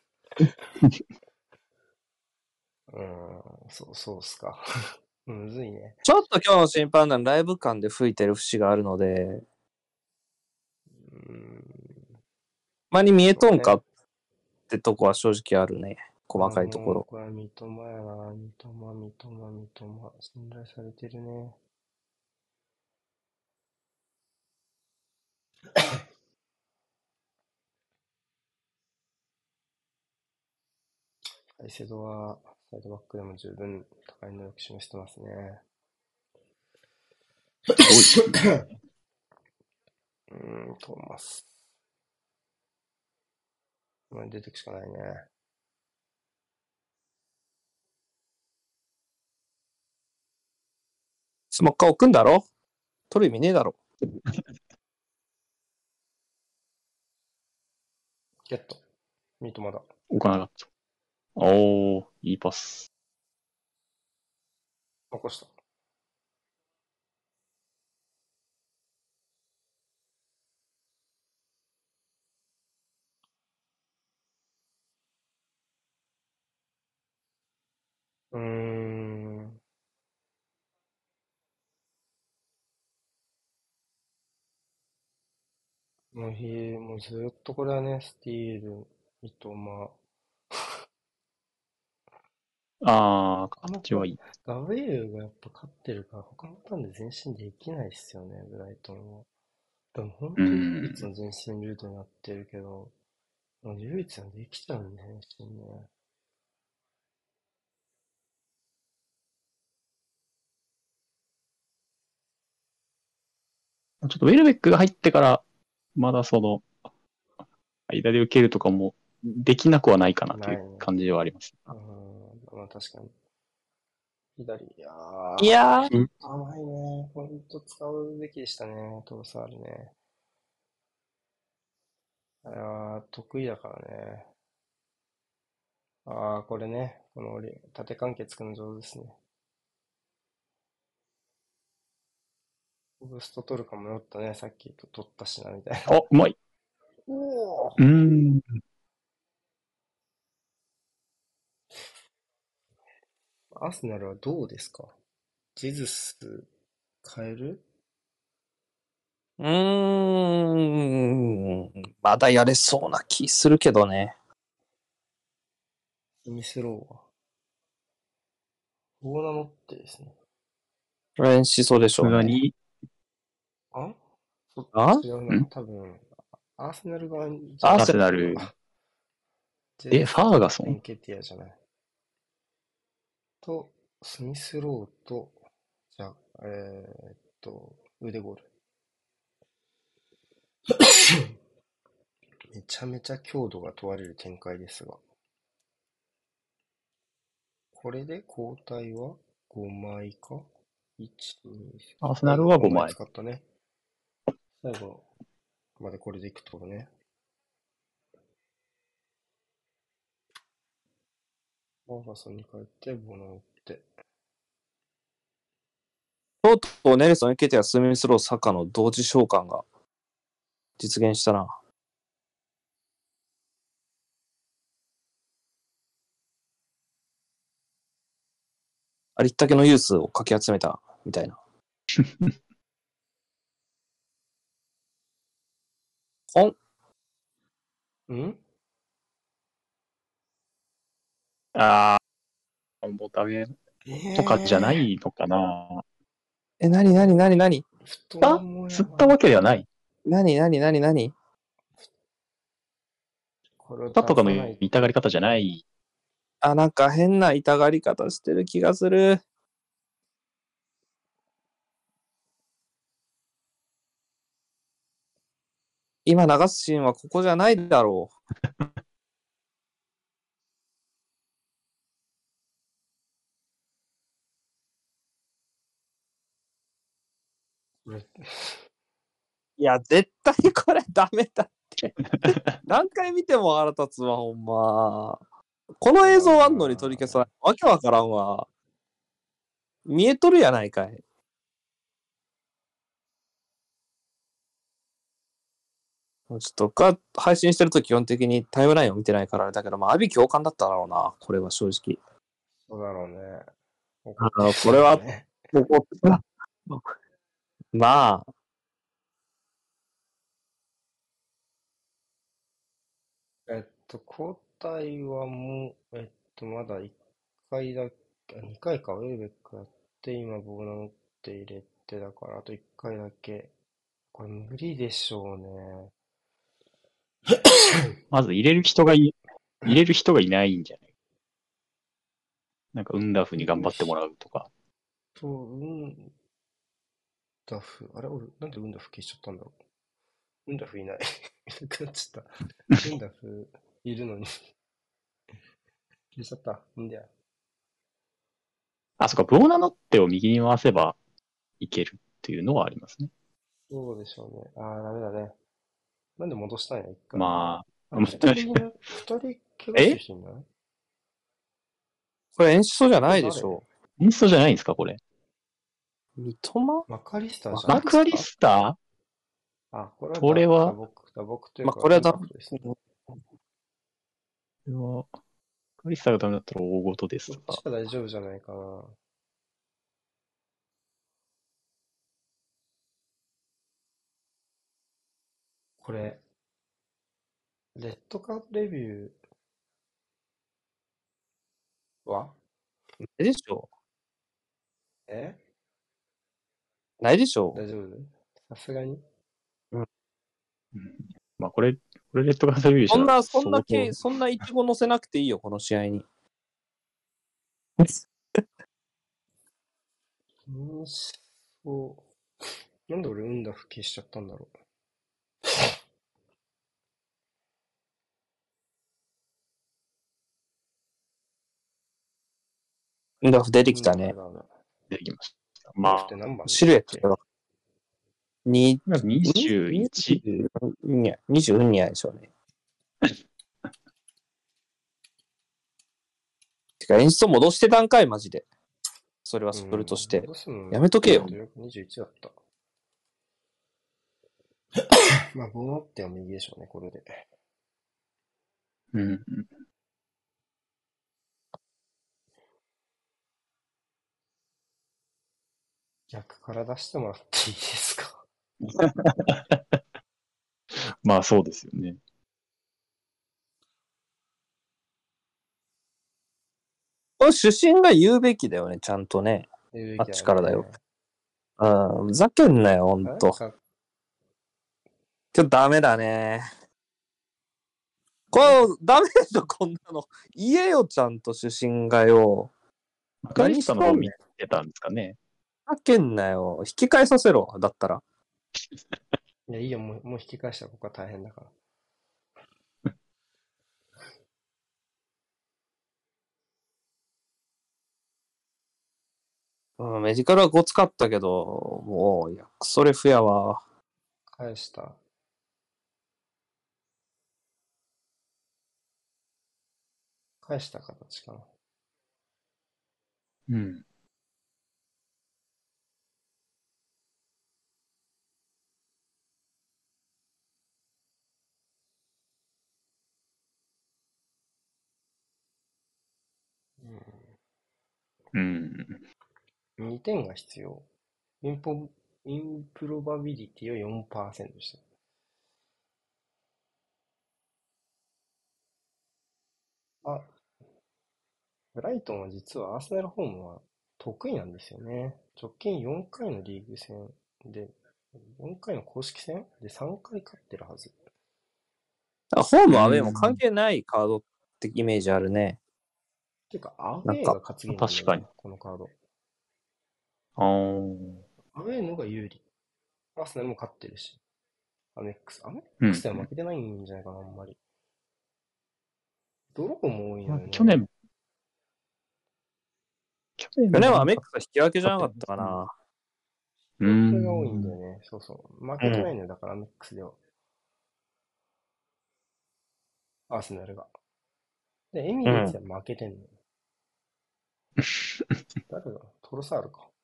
うーん、そう、そうっすか。むずいね。 ちょっと今日の審判団ライブ感で吹いてる節があるので、 うーん。 まに見えとんかそうね。 ってとこは正直あるね。 あ細かいとこもう、 ろ。 これは三笘やな。三笘、三笘、三笘。信頼されてるね。カイセドは、サイドバックでも十分高い能力示してますね。 すごいですね。 うーん、トーマス。まあ出てくしかないね。 スモッカー置くんだろ？取る意味ねえだろ。 ゲット。三笘だ。 置かなかった。おー、いいパス。 残した。うーん。もうひ、もうずっとこれはね、スティール、三笘。 あー、 他のパ、 形はいい。 ダブリュー がやっぱ勝ってるから他のターンで前進できないっすよね、ブライトンは。でも本う当に唯一ん。 の前進ルートになってるけど、もう唯一はできちゃうんだよね、前進ね。 ちょっとウェルベックが入ってから、まだその、間で受けるとかもできなくはないかなというないね。 感じではあります。 うーん、まあ確かに。左、いやいー、 やー、 甘いね。ほんと使うべきでしたね、トロサールね。いやー、得意だからね。あー、これね、この俺、縦関係作るの上手ですね。ブースト取るかもよったね、さっきと取ったしな、みたいな。 あ、うまい。 おーうーん。 アーセナルはどうですか？ジェズス変える？ うーん、まだやれそうな気するけどね。 ミスローは大名乗ってですね。 練習そうでしょうね。 さすがに、 あそあ違うな。 ん多分、アーセナル側じゃアーアーない。 セナル、 セナル、え、 ジェズファーガソン。 スとエンケティアじゃない。と、スミスローと、じゃあ、えーっと、腕ゴール。めちゃめちゃ強度が問われる展開ですが。これで交代はごまいか？ いち、に、 アーセナル最後ごまいはごまい。 使ったね。最後までこれでいくってことね。ファーガソンに変えてボナウ 。 とうとうネルソン・エケテやスミスロー・サカの同時召喚が実現したな。ありったけのユースをかき集めたみたいな。ほんんああ、もうダメえとかじゃないのかな。 え、なになになになに太あももや吸ったわけではない。 なになになになにこれを肩とかの出さない痛がり方じゃない。 あ、なんか変な痛がり方してる気がする。今流すシーンはここじゃないだろこれう。いや、絶対これダメだって。何回見ても腹立つわ、ほんま。この映像あんのに取り消さない。わけわからんわ。見えとるやないかい。ちょっとか、配信してると基本的にタイムラインを見てないからあれだけど、まあ、阿鼻共感だっただろうな、これは正直。 そうだろうね。 あの、これは、怒ったまあ、 えっと、交代はもう、えっと、まだいっかいだけ、あにかいか、ウェルベックやって、今、ボーナ持って入れて、だから、あといっかいだけ。これ無理でしょうね。 まず入れる人がい、入れる人がいないんじゃない？なんか、ウンダフに頑張ってもらうとか。 と、ウンダフ、あれ、俺、なんでウンダフ消しちゃったんだろう。ウンダフいない。いなくなっちゃった。ウンダフいるのに消しちゃった。いいんだよ。 あ、そっか、ブオナノッテを右に回せばいけるっていうのはありますね。 そうでしょうね。ああ、ダメだね。なんで戻したんや、一回。 まあ、 あれ、二人いな、二人怪我してえる人いないこれ演出じゃこれ誰ないでしょインストじゃないんですか、これ。 う。三笘マカリスターじゃん。 マクアリスタあ、これはこれは打打撲、打撲というまあ、 か、 これはだ、 インパクトですね。 ーこれは、マクアリスターがダメだったら大事ですが。 こっちは大丈夫じゃないかな。これ、レッドカードレビューはないでしょえう。ないでしょ大丈夫さすがにう。うん。 うんまあ、これ、これレッドカードレビューしたらそんな、そんな相当、 け、そんなイチゴ乗せなくていいよ、この試合に。 うんそう。なんで俺、ウンダフ消しちゃったんだろラフ出てう。ウンダきたね。 フだな。 出てきました。 ウンダフっまあ、 て何番でシしたっけルエットがに、 にじゅういち? に、にじゅうにやでしょうね。てか演出を戻してたんかい、マジで。それはそれとして。 戻すのやめとけよ。 にじゅういちだった。まあ、ボノっては右でしょうね、これで。 うん。 逆から出してもらっていいですかまあ、そうですよね。 これ主審が言うべきだよね、ちゃんとね。あっ言うべきだちからだよ。 ね。 うん、ふざけんなよ、ほんと。 なんか、 ちょっとダメだね。これ、ダメでしょ、こんなの。言えよ、ちゃんと主審がよ。 マクアリスターの方見何しとんねん。 てたんですかね。 ふざけんなよ。引き返させろ、だったら。 いや、いいよ、もう、もう引き返したらここは大変だから。 うん、メディカルはごつかったけど、もう、いや、クソレフやわ。 返した。返した形かな。 うん。うん。 うん、にてんが必要。インポ、インプロバビリティは よんパーセント でした。あ、ブライトンは実はアーセナルホームは得意なんですよね。直近よんかいのリーグ戦で、よんかいの公式戦でさんかい勝ってるはず。 ホーム、アウェーも関うん。 係ないカードってイメージあるね。 てか、アウなんか、 ェーが勝つゲームなんだ確かによな、このカード。 あー。 アウェーのが有利。アーセナルも勝ってるし。アメックス。アメッうん。 クスでは負けてないんじゃないかな、あんまり。ドローも多いのよね。 去年、去年去年はアなんか、 メックスは引き分けじゃなかったかな。 うこれが多いんだよん。 ね。そうそう。負けてないのよ、だからアメックスでは。アーセナルが。で、エミレーツうん。 は負けてんのよ。誰だトロサールか。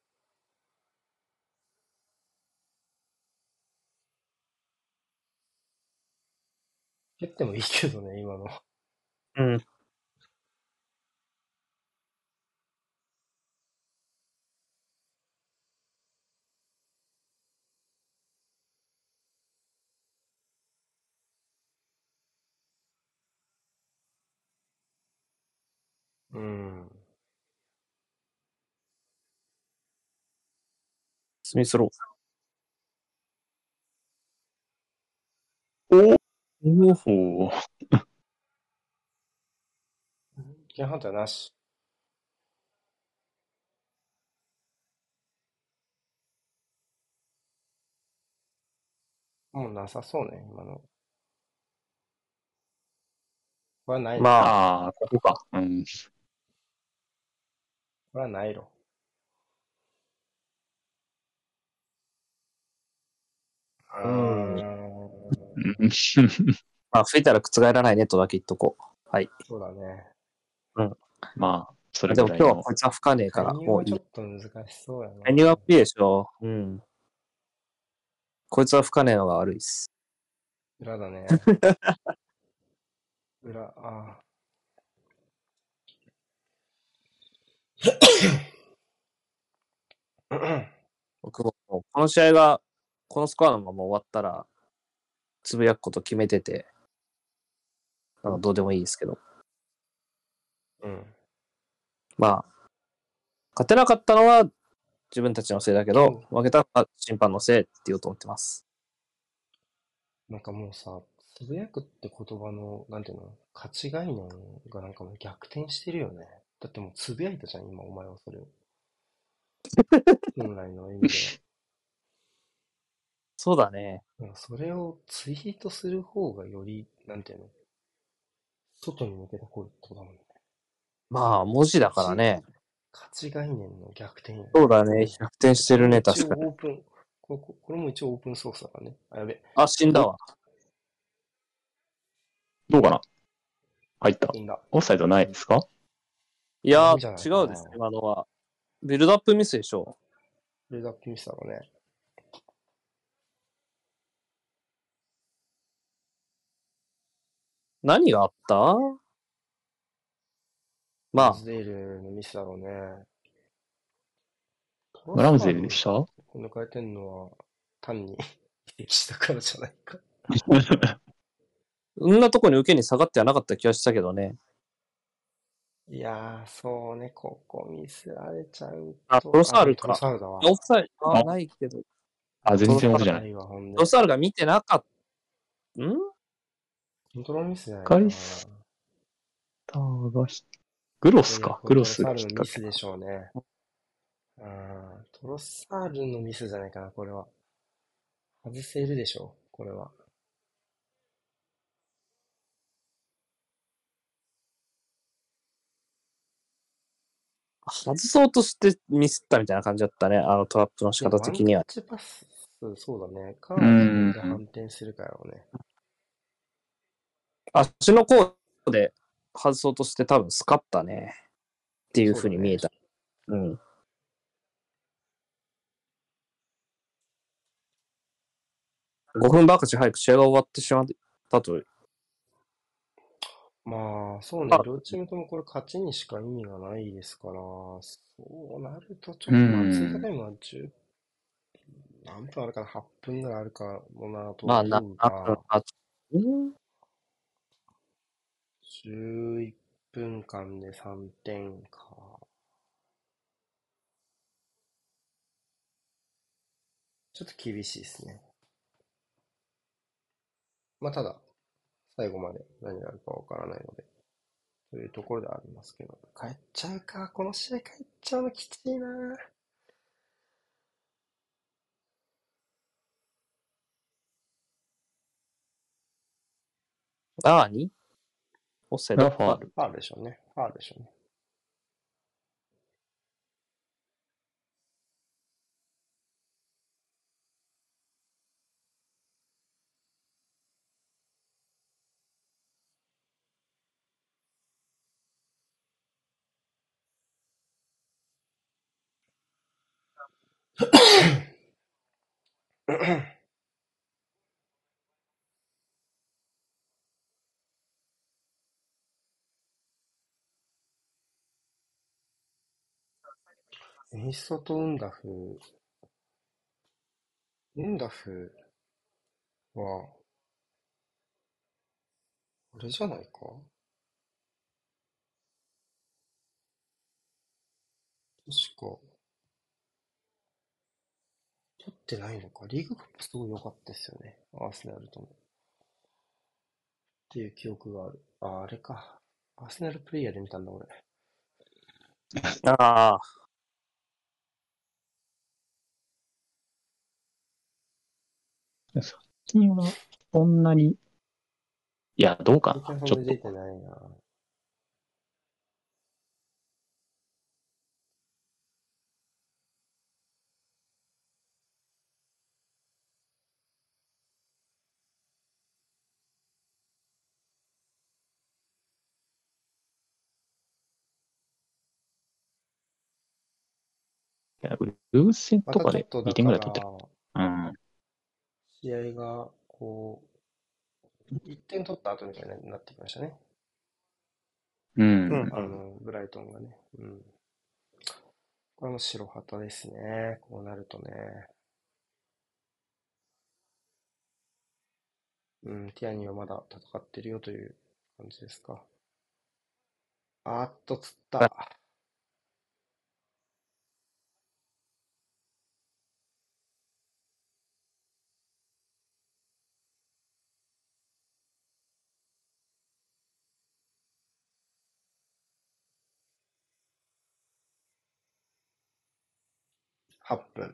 蹴ってもいいけどね、今の。 うん。 うん。 スミスロおー。 お。 ケンハンターなし。もうなさそうね、今の。これはないの。 まあ、 ああ、ここか。うん。 これはないろ。うーうん。 ん。 うん。 まあ、吹いたら覆らないねとだけ言っとこう。はい。 そうだね。 うん。 まあ、それでも今日はぐらいの。 こいつは吹かねえか介ら、もういい。 入はちょっと難しそうやな。 メニューは P でしょ。うん。こいつは吹かねえのが悪いっす。 裏だね。裏、ああ。 僕ももうこの試合が、このスコアのまま終わったら、つぶやくこと決めてて、なんかどうでもいいですけど。 うん。 まあ、勝てなかったのは自分たちのせいだけど、 今負けたのは審判のせいって言おうと思ってます。 なんかもうさ、つぶやくって言葉の、なんていうの、価値概念がなんかもう逆転してるよね。だってもうつぶやいたじゃん、今お前はそれを。本来の意味では。 そうだね。 なんかそれをツイートする方がより、なんていうの、外に向けた声ってことだもんね。 まあ、文字だからね。 価値概念の逆転よね。 そうだね。逆転してるね、 これも一応確かに。 オープン、これこれも一応オープンソースだからね。あ、やべ。 あ、死んだわ。 どうかな入った。 死んだ。 オフサイドないですか？ いやー、 ないんじゃないかな違うです、今のは。ビルドアップミスでしょ。 ビルドアップミスだろうね。 何があったまあズ、デールのミスだろうね。トラムゼロスファールをルでした？ 抜かれてんのは単に移籍したからじゃないか。 そんなとこに受けに下がってはなかった気がしたけどね。 いやー、そうね、ここミスられちゃうあ、 と。 トロサーあ、でもトロルか。 サールだわ。 オフサイド、あ、 あ、 ないけど。 あ、全然僕じゃない。 ないわ、ほんで。 トロサールが見てなかった。んコントロールミスじゃないかな。 ガリスターがひ、グロスいや、 か。 これトログロスがサールのミ引っ掛けた。 スでしょうね。うん、トロサールのミスじゃないかな、これは。外せるでしょう、これは。 外そうとしてミスったみたいな感じだったね。あのトラップの仕でもワンタッ方的には。 チパス、そうだね。か、 うーん。 自分で反転するかよね。 足の甲で外そうとして多分スカったね。っていう風に見えた。 うん。ごふんばかし早く試合が終わってしまったと。 まあ、そうね、 あ、 両チームともこれ勝ちにしか意味がないですから、そうなるとちょうっとまあ追加ん。 タイムはじゅう、何分あるかな、はっぷんぐらいあるかもなとまあ、な、 思うなくが、 なっうんじゅういっぷんかんでさんてんか。ちょっと厳しいですね。まあ、ただ、最後まで何があるかわからないので、というところではありますけど。帰っちゃうか。この試合帰っちゃうのきついな。 あーにオフサイドこれはファール。 ファールでしょうね。ファールでしょうね。エイソとウンダフ、ウンダフは、あれじゃないか確か、取ってないのか。リーグカップすごい良かったですよね。アーセナルとの。っていう記憶がある。あ、あれか。アーセナルプレイヤーで見たんだ、俺。 ああ、 最近はそんなに、いや、どうかな。 最近はそんちょっと。 なに出てないな。 いやルース戦まとかでたちょっとだにてんぐから、 らい取ったっけ。うん。 試合が、こう、いってん取った後みたいになってきましたね。 ううん、 ん。 うん。 あの、ブライトンがね。うん。これも白旗ですね。こうなるとね。うん、ティアニーはまだ戦ってるよという感じですか。あーっと、釣った。はっぷん。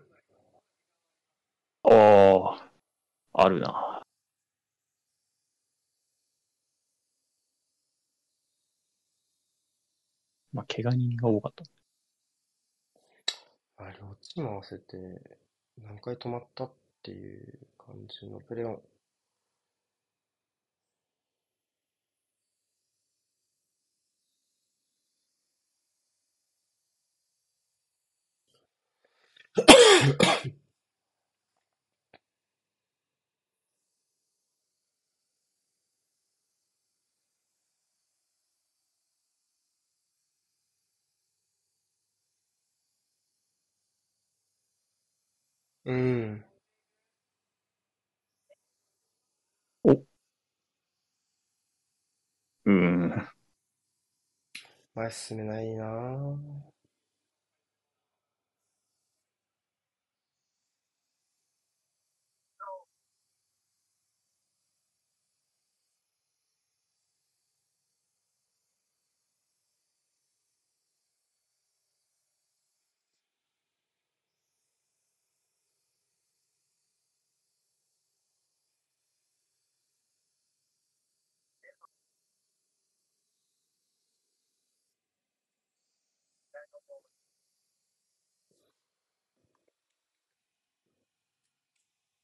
ああ、あるな。まあ、怪我人が多かった。 あ、両チーム合わせて何回止まったっていう感じのプレーを。うん。 お、うん。 前進めないなぁ。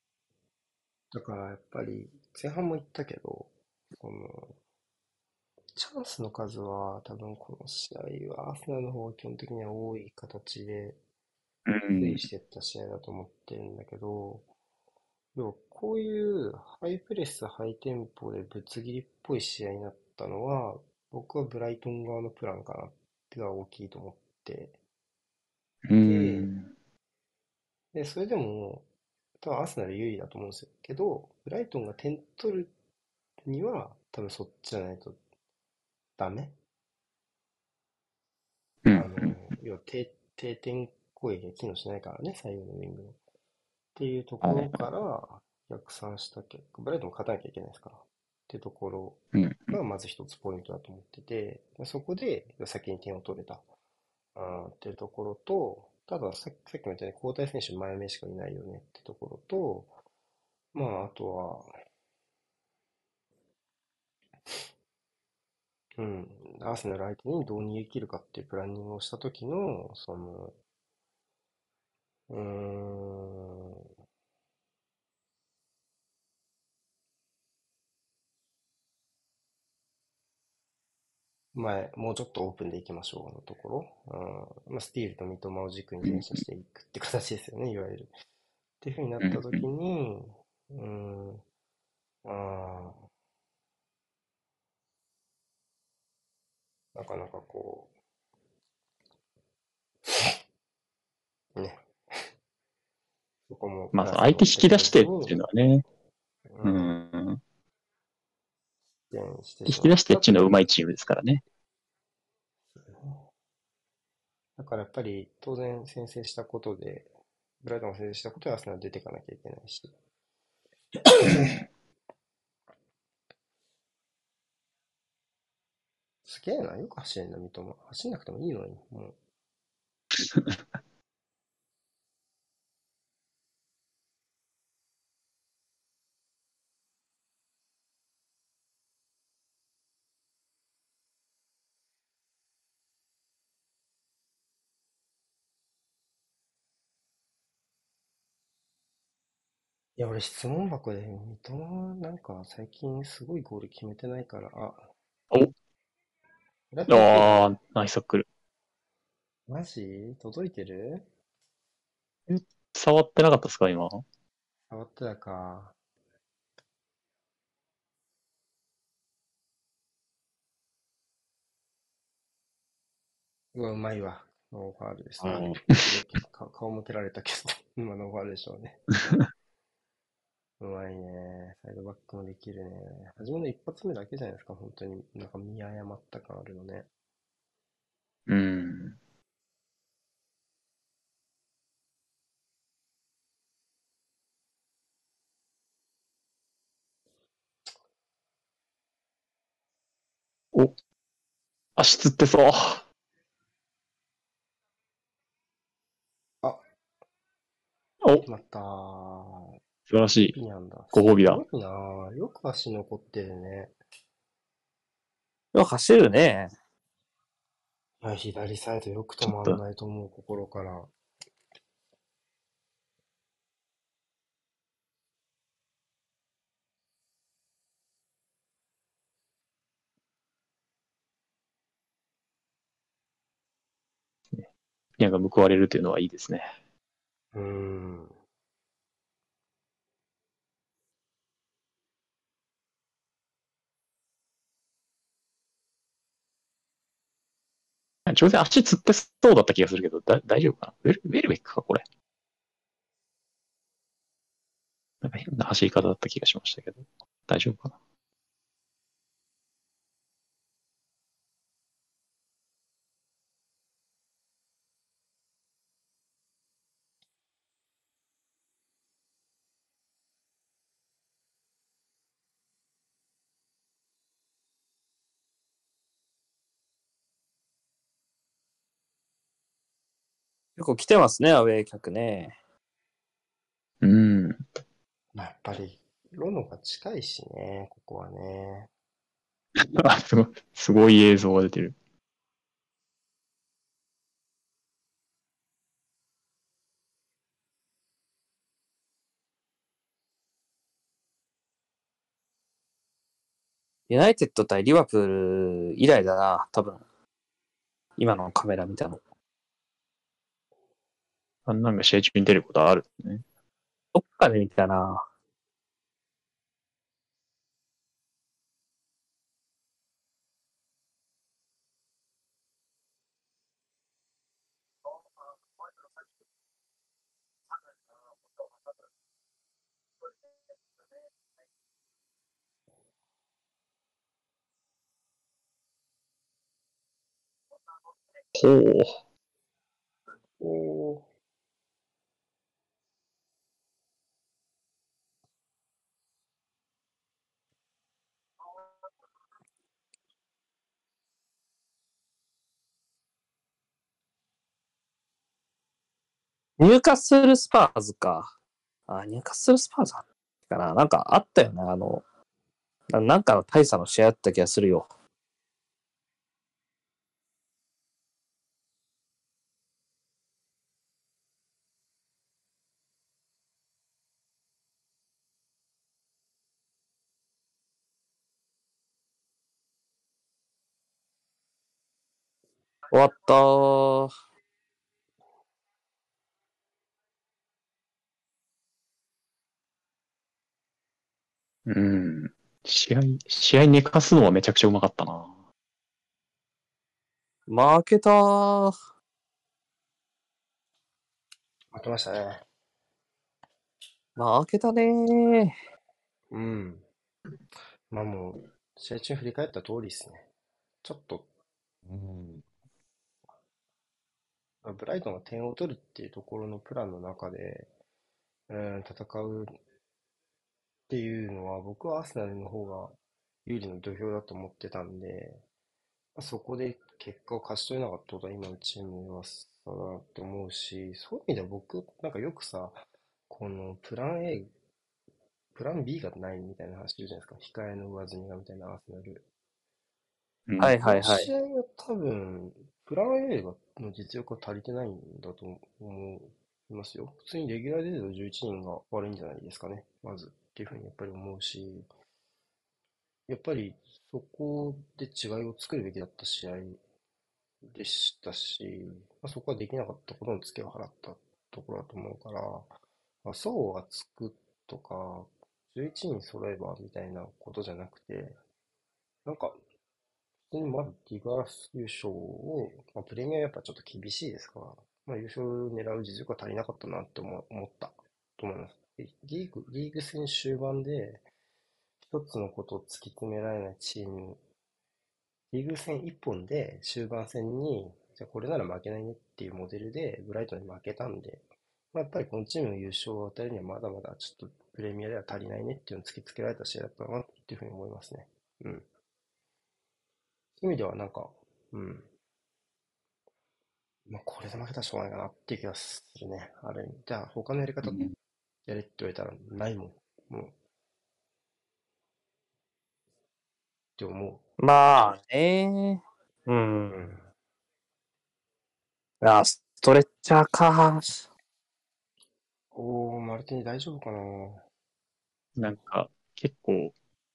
だからやっぱり前半も言ったけど、そのチャンスの数は多分この試合はアーセナルの方が基本的には多い形でう推ん。 移していった試合だと思ってるんだけど、要はこういうハイプレス、ハイテンポでぶつ切りっぽい試合になったのは、僕はブライトン側のプランかなってが大きいと思ってうて、 ん。 で、それでも、多分アーセナル有利だと思うんですよ。けど、ブライトンが点取るには、多分そっちじゃないとダメ。 うん。 あの、要は定、定点攻撃が機能しないからね、左右のウィングの。っていうとこはい。 ろから逆算した結果、ブライトンも勝たなきゃいけないですから。っていうところうん。 がまず一つポイントだと思ってて、そこで先に点を取れた。あーっていうところと、たださっきさっきも言ったように交代選手前目しかいないよねってところと、まああとは、うん、アーセナル相手にどう逃げ切るかっていうプランニングをした時の、その、うーん、前、もうちょっとオープンでいきましょうのところ、うん、まあ、スティールと三笘を軸にうん。 前進していくって形ですよね、いわゆる。っていう風になったうん。 時に、うーん、あーなかなかこう、ね、そこもプまあ、 ラその相手引スに持っていき出してってくときに、 いうのはね、ううん、 ん。 失点して引しまっき出してったという。 ていうのは上手いチームですからね。 だからやっぱり当然先制したことで、ブライトンが先制したことでアーセナル出ていかなきゃいけないし。すげえな、よく走れんな、三笘。走んなくてもいいのに、もう。いや、俺質問箱で三笘なんか最近すごいゴール決めてないから、あ、 お、 フラット来てる？ ああ、ナイスタックル。 マジ届いてる？ え、触ってなかったですか、今。 触ってたか。うわ、うまいわ。ノーファールですね。 うん。 すごいか顔向けられたけど、今ノーファールでしょうね。うまいね。サイドバックもできるね。初めの一発目だけじゃないですか、本当に。なんか見誤った感あるのね。 うん。お、足つってそう。 あ、 お、 決まったー。 素晴らしい。 ピニャンだ。すご褒美だ。 ごいなー。よく足残ってるね。 よく走るね。 いや、左サイドよく止ちょっと、 まんないと思う、心から。 ニャが報われるというのはいいですね。 うーん。 挑戦足つってそうだった気がするけど、だ、大丈夫かなウェル、ウェルベックか、これ。なんか変な走り方だった気がしましたけど、大丈夫かな。 結構来てますね、アウェー客ね。 うん。 まあ、やっぱり、ロノが近いしね、ここはね。 あ、すごい、すごい映像が出てる。 ユナイテッド対リバプール以来だな、多分。今のカメラ見たの。 あんなんが試合中に出ることあるね。 どっかで見たな。 ほう。 おー。 ニューカッスルスパーズか。あ、ニューカッスルスパーズかな。なんかあったよね。あの、ななんかの大差の試合あった気がするよ。終わったー。 うん。試合、試合寝かすのはめちゃくちゃうまかったな。 負けたー。 負けましたね。 負けたねー。 うん。まあもう、試合中振り返った通りですね。ちょっと、 うん。 ブライトンが点を取るっていうところのプランの中で、うん、戦うっていうのは、僕はアーセナルの方が有利の土俵だと思ってたんで、まあそこで結果を勝ち取れなかったことは今のチームの弱さだなって思うし、そういう意味では僕、なんかよくさ、このプラン A、プラン B がないみたいな話言うじゃないですか。控えの上積みがみたいなアーセナル。 うん、 はいこのはいはい。 試合は多分、プラン A がの実力が足りてないんだと思いますよ。普通にレギュラーで出てるじゅういちにんが悪いんじゃないですかね。まず。っていうふうにやっぱり思うし、やっぱりそこで違いを作るべきだった試合でしたし、まあ、そこはできなかったことのツケを払ったところだと思うから、まあ、層がつくとか、じゅういちにん揃えばみたいなことじゃなくて、なんか、普通にまずリーグ優勝を、まあ、プレミアやっぱちょっと厳しいですから、まあ、優勝を狙う実力が足りなかったなって思思ったと思います。でリーグ、リーグ戦終盤で一つのことを突き詰められないチーム、リーグ戦一本で終盤戦に、じゃあこれなら負けないねっていうモデルでブライトンに負けたんで、まあ、やっぱりこのチームの優勝を与えるにはまだまだちょっとプレミアでは足りないねっていうのを突きつけられた試合だったなっていうふうに思いますね。うん。そういう意味ではなんか、うん。まあ、これで負けたらしょうがないかなっていう気がするね。ある意味。じゃあ他のやり方うんやれって言われたらないもん。もう、って思まあねー。うう。 ん。 うん。 あ、ストレッチャーか。 おー、マルティニ大丈夫かな。 なんか、結構、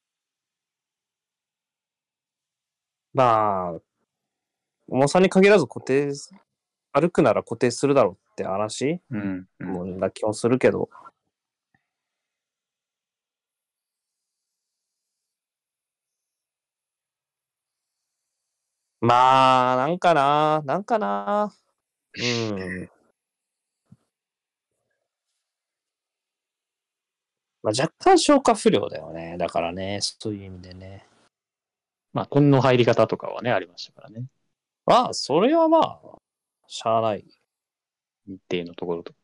まあ、重さに限らず固定、歩くなら固定するだろうって話うん、うん。 もうな気もするけど。まあ、なんかな、なんかな。うん。まあ、若干消化不良だよね。だからね、そういう意味でね。 まあ、点の入り方とかはね、ありましたからね。 まあ、それはまあ、しゃあない。 日程のところとか。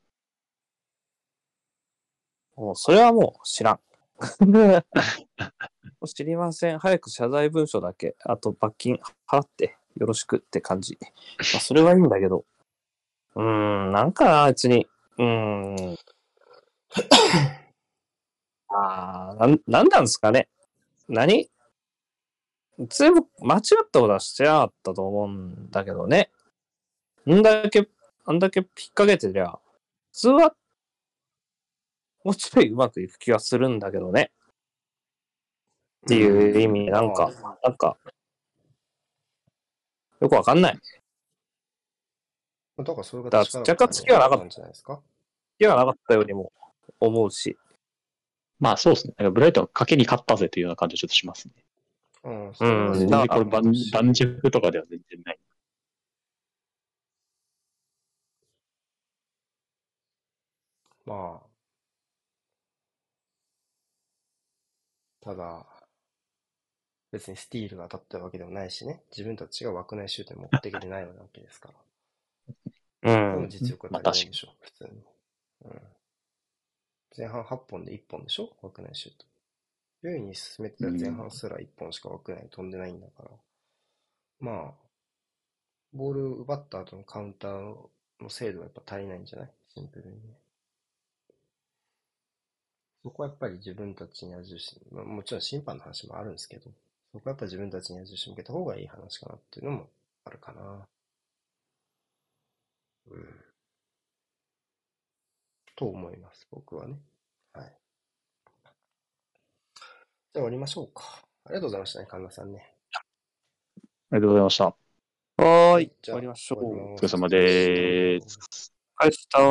もう、それはもう知らん。もう知りません。早く謝罪文書だけ、あと罰金払ってよろしくって感じ。まあ、それはいいんだけど。うーん、なんかな、別に。うーん。ああ、なん、なんなんですかね。何全部間違ったことはしてなかったと思うんだけどね。んだけ、あんだけ引っ掛けてりゃ、普通はもうちょいうまくいく気がするんだけどね。 っていう意味、なんか、なんか、よくわかんない。 だからそれがだから若干月はなかったんじゃないですか。 月はなかったようにも思うし。 まあそうですね。なんかブライトンは賭けに勝ったぜというような感じはちょっとしますね。 うん、 うん全然これ盤盤石とかでは全然ない。 まあ、ただ、別にスティールが当たったわけでもないしね、自分たちが枠内シュートに持っていけてないわけですから。 うん。 でも実力が足りないんでしょ、まあ、普通に。うん。前半はっぽんでいっぽんでしょ、枠内シュート。優位に進めてた前半すらいっぽんしか枠内に飛んでないんだから。まあ、ボール奪った後のカウンターの精度はやっぱ足りないんじゃない、シンプルにね。そこはやっぱり自分たちに矢印、まあ、もちろん審判の話もあるんですけど、そこはやっぱり自分たちに矢印向けた方がいい話かなっていうのもあるかな。うん。と思います、僕はね。はい。じゃあ終わりましょうか。ありがとうございましたね、神田さんね。 ありがとうございました。 はーい。 じゃあ終わりましょう。 お疲れ様です。 はい、スター